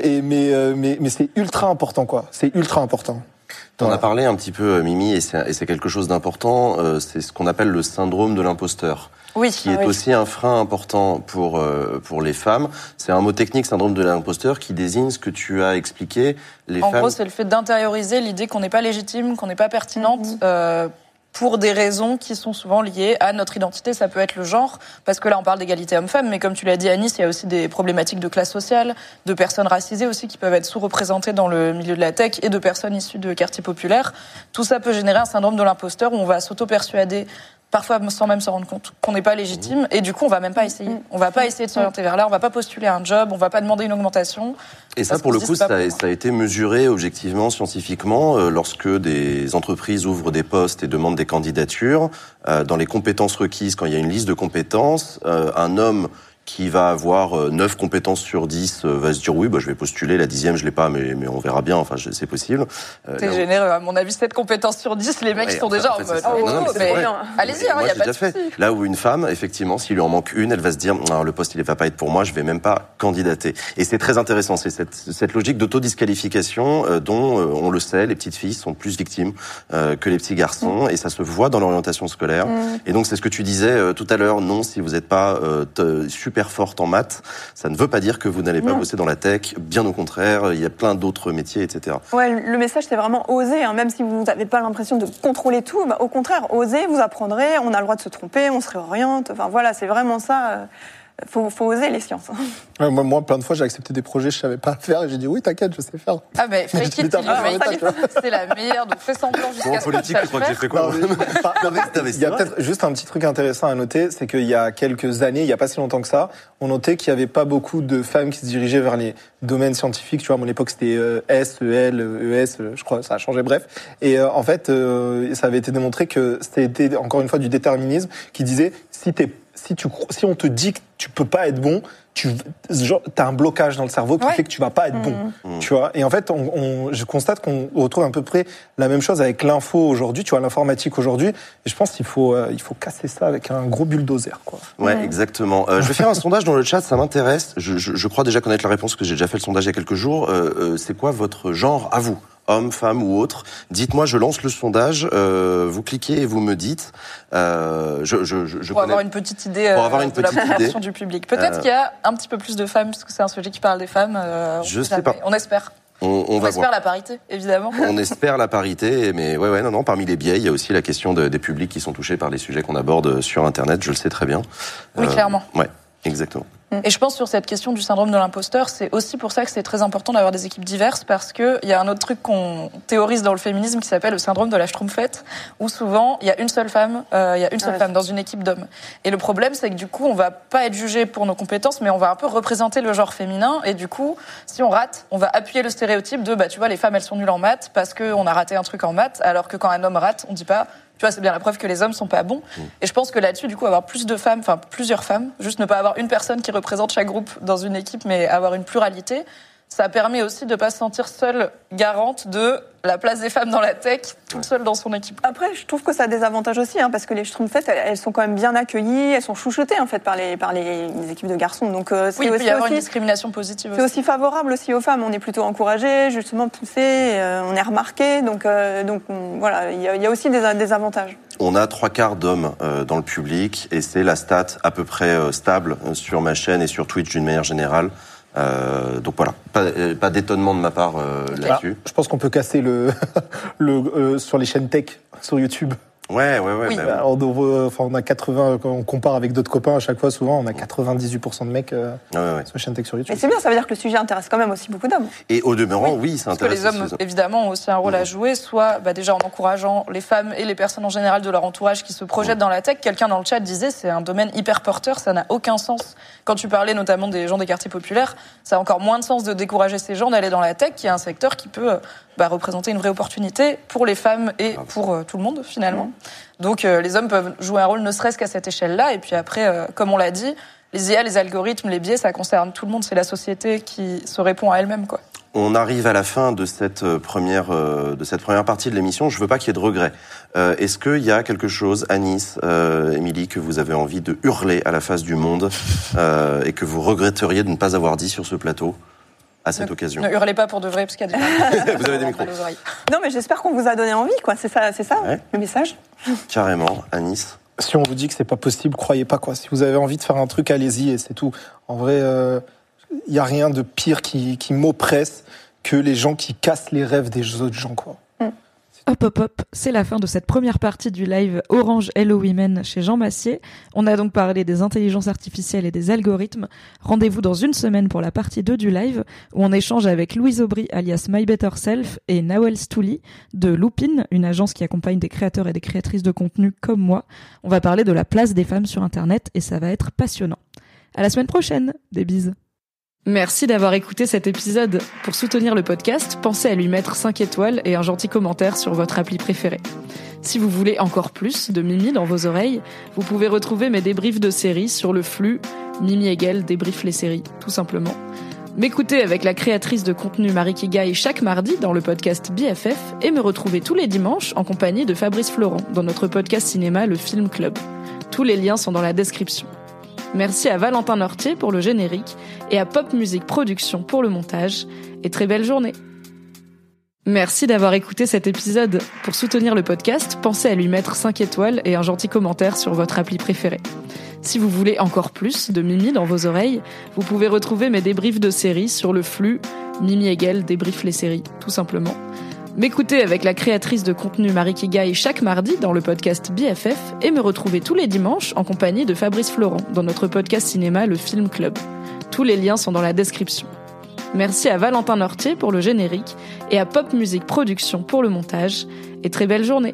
Mais c'est ultra important, quoi. C'est ultra important.
T'en as parlé un petit peu, Mimi, et c'est quelque chose d'important. C'est ce qu'on appelle le syndrome de l'imposteur.
Oui,
qui est aussi un frein important pour les femmes. C'est un mot technique, syndrome de l'imposteur, qui désigne ce que tu as expliqué.
En gros, c'est le fait d'intérioriser l'idée qu'on n'est pas légitime, qu'on n'est pas pertinente, pour des raisons qui sont souvent liées à notre identité. Ça peut être le genre, parce que là, on parle d'égalité homme-femme, mais comme tu l'as dit, Anis, il y a aussi des problématiques de classe sociale, de personnes racisées aussi qui peuvent être sous-représentées dans le milieu de la tech et de personnes issues de quartiers populaires. Tout ça peut générer un syndrome de l'imposteur où on va s'auto-persuader, parfois sans même se rendre compte qu'on n'est pas légitime, et du coup on va même pas essayer. On va pas essayer de s'orienter vers là, on va pas postuler à un job, on va pas demander une augmentation.
Et ça, pour le coup, ça a été mesuré objectivement, scientifiquement, lorsque des entreprises ouvrent des postes et demandent des candidatures. Dans les compétences requises, quand il y a une liste de compétences, un homme qui va avoir 9 compétences sur 10 va se dire oui, bah, je vais postuler, la 10e je l'ai pas, mais on verra bien, enfin c'est possible.
T'es généreux, à mon avis 7 compétences sur 10, les mecs sont déjà en mode allez-y, il y a pas de souci.
Là où une femme, effectivement, s'il lui en manque une, elle va se dire le poste il va pas être pour moi, je vais même pas candidater. Et c'est très intéressant, c'est cette logique d'autodisqualification dont on le sait, les petites filles sont plus victimes que les petits garçons, et ça se voit dans l'orientation scolaire. Et donc c'est ce que tu disais tout à l'heure, non, si vous n'êtes pas super forte en maths, ça ne veut pas dire que vous n'allez pas bosser dans la tech, bien au contraire, il y a plein d'autres métiers, etc.
Ouais, le message c'est vraiment oser, hein, même si vous n'avez pas l'impression de contrôler tout, bah, au contraire, osez, vous apprendrez, on a le droit de se tromper, on se réoriente, enfin voilà, c'est vraiment ça. Faut oser les sciences.
Ouais, moi, plein de fois, j'ai accepté des projets que je savais pas faire et j'ai dit oui, t'inquiète, je sais faire.
Ah mais fake it, c'est la meilleure. Donc fais semblant jusqu'à ce que tu saches faire.
J'ai fait quoi?
Il y a peut-être juste un petit truc intéressant à noter, c'est qu'il y a quelques années, il y a pas si longtemps que ça, on notait qu'il y avait pas beaucoup de femmes qui se dirigeaient vers les domaines scientifiques. Tu vois, à mon époque, c'était S, EL, ES, je crois, ça a changé, bref. Et en fait, ça avait été démontré que c'était encore une fois du déterminisme qui disait si on te dit que tu peux pas être bon, t'as un blocage dans le cerveau qui fait que tu vas pas être bon, tu vois. Et en fait, je constate qu'on retrouve à peu près la même chose avec l'info aujourd'hui, tu vois, l'informatique aujourd'hui. Et je pense qu'il faut casser ça avec un gros bulldozer, quoi.
Ouais, exactement. Je vais faire un sondage dans le chat, ça m'intéresse. Je crois déjà connaître la réponse parce que j'ai déjà fait le sondage il y a quelques jours. C'est quoi votre genre à vous? Homme, femme ou autre. Dites-moi, je lance le sondage, vous cliquez et vous me dites.
Pour avoir une petite idée de la proportion du public. Peut-être qu'il y a un petit peu plus de femmes, parce que c'est un sujet qui parle des femmes.
Je sais pas.
On espère.
On va
espère
voir.
La parité, évidemment.
On espère la parité, mais non, parmi les biais, il y a aussi la question des publics qui sont touchés par les sujets qu'on aborde sur Internet, je le sais très bien.
Oui, clairement.
Ouais, exactement.
Et je pense sur cette question du syndrome de l'imposteur, c'est aussi pour ça que c'est très important d'avoir des équipes diverses, parce que il y a un autre truc qu'on théorise dans le féminisme qui s'appelle le syndrome de la schtroumpfette, où souvent il y a une seule femme, femme dans une équipe d'hommes. Et le problème, c'est que du coup, on va pas être jugé pour nos compétences, mais on va un peu représenter le genre féminin. Et du coup, si on rate, on va appuyer le stéréotype de tu vois, les femmes elles sont nulles en maths parce qu'on a raté un truc en maths, alors que quand un homme rate, on dit pas. Tu vois, c'est bien la preuve que les hommes sont pas bons. Et je pense que là-dessus, du coup, avoir plus de femmes, enfin plusieurs femmes, juste ne pas avoir une personne qui représente chaque groupe dans une équipe, mais avoir une pluralité, ça permet aussi de pas se sentir seule garante de la place des femmes dans la tech, toute seule dans son équipe.
Après, je trouve que ça a des avantages aussi, parce que les Schtroumpfettes, elles sont quand même bien accueillies, elles sont chouchoutées en fait par les équipes de garçons. Donc c'est
il peut y avoir
aussi
une discrimination positive.
C'est aussi favorable aussi aux femmes. On est plutôt encouragées, justement poussées, on est remarquées. Donc voilà, il y a aussi des avantages.
On a 3/4 d'hommes dans le public et c'est la stat à peu près stable sur ma chaîne et sur Twitch d'une manière générale. Donc voilà, pas d'étonnement de ma part là-dessus.
Je pense qu'on peut casser le sur les chaînes tech sur YouTube.
Ouais.
Oui.
Bah,
On a 80, quand on compare avec d'autres copains à chaque fois, souvent, on a 98% de mecs sur les chaînes tech sur YouTube.
Mais c'est bien, ça veut dire que le sujet intéresse quand même aussi beaucoup d'hommes.
Et au demeurant, oui, ça
parce que
intéresse.
les hommes, évidemment, ont aussi un rôle à jouer, soit déjà en encourageant les femmes et les personnes en général de leur entourage qui se projettent dans la tech. Quelqu'un dans le chat disait c'est un domaine hyper porteur, ça n'a aucun sens. Quand tu parlais notamment des gens des quartiers populaires, ça a encore moins de sens de décourager ces gens d'aller dans la tech, qui est un secteur qui peut représenter une vraie opportunité pour les femmes et pour tout le monde finalement. Donc les hommes peuvent jouer un rôle ne serait-ce qu'à cette échelle-là. Et puis après, comme on l'a dit, les IA, les algorithmes, les biais, ça concerne tout le monde. C'est la société qui se répond à elle-même, quoi.
On arrive à la fin de cette première partie de l'émission. Je veux pas qu'il y ait de regrets. Est-ce qu'il y a quelque chose, Anis, Émilie, que vous avez envie de hurler à la face du monde et que vous regretteriez de ne pas avoir dit sur ce plateau à cette occasion?
Ne hurlez pas pour de vrai, parce qu'il y a des
Vous avez des micros.
Non, mais j'espère qu'on vous a donné envie, quoi. C'est ça
Ouais.
le message.
Carrément, Anis.
Si on vous dit que c'est pas possible, croyez pas, quoi. Si vous avez envie de faire un truc, allez-y et c'est tout. En vrai, il y a rien de pire qui m'oppresse que les gens qui cassent les rêves des autres gens, quoi.
Hop, c'est la fin de cette première partie du live Orange Hello Women chez Jean Massier. On a donc parlé des intelligences artificielles et des algorithmes. Rendez-vous dans une semaine pour la partie 2 du live, où on échange avec Louise Aubry alias My Better Self et Nawel Stouli de Loopin, une agence qui accompagne des créateurs et des créatrices de contenu comme moi. On va parler de la place des femmes sur Internet et ça va être passionnant. À la semaine prochaine, des bises. Merci d'avoir écouté cet épisode. Pour soutenir le podcast, pensez à lui mettre 5 étoiles et un gentil commentaire sur votre appli préférée. Si vous voulez encore plus de Mimi dans vos oreilles, vous pouvez retrouver mes débriefs de séries sur le flux Mimi égale débrief les séries, tout simplement. M'écouter avec la créatrice de contenu Marie Kigai chaque mardi dans le podcast BFF et me retrouver tous les dimanches en compagnie de Fabrice Florent dans notre podcast cinéma Le Film Club. Tous les liens sont dans la description. Merci à Valentin Nortier pour le générique et à Pop Music Production pour le montage. Et très belle journée. Merci d'avoir écouté cet épisode. Pour soutenir le podcast, pensez à lui mettre 5 étoiles et un gentil commentaire sur votre appli préférée. Si vous voulez encore plus de Mimi dans vos oreilles, vous pouvez retrouver mes débriefs de séries sur le flux Mimi égale débrief les séries, tout simplement. M'écouter avec la créatrice de contenu Marie Kigai chaque mardi dans le podcast BFF et me retrouver tous les dimanches en compagnie de Fabrice Florent dans notre podcast cinéma Le Film Club. Tous les liens sont dans la description. Merci à Valentin Nortier pour le générique et à Pop Music Production pour le montage. Et très belle journée.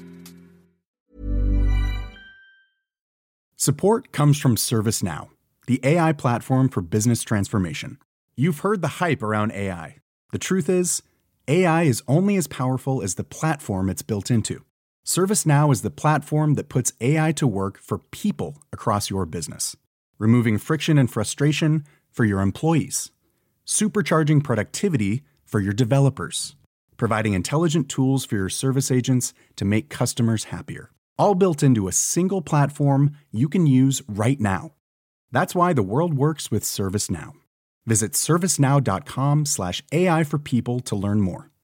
Support comes from ServiceNow, the AI platform for business transformation. You've heard the hype around AI. The truth is, AI is only as powerful as the platform it's built into. ServiceNow is the platform that puts AI to work for people across your business, removing friction and frustration for your employees, supercharging productivity for your developers, providing intelligent tools for your service agents to make customers happier, all built into a single platform you can use right now. That's why the world works with ServiceNow. Visit servicenow.com/AI for people to learn more.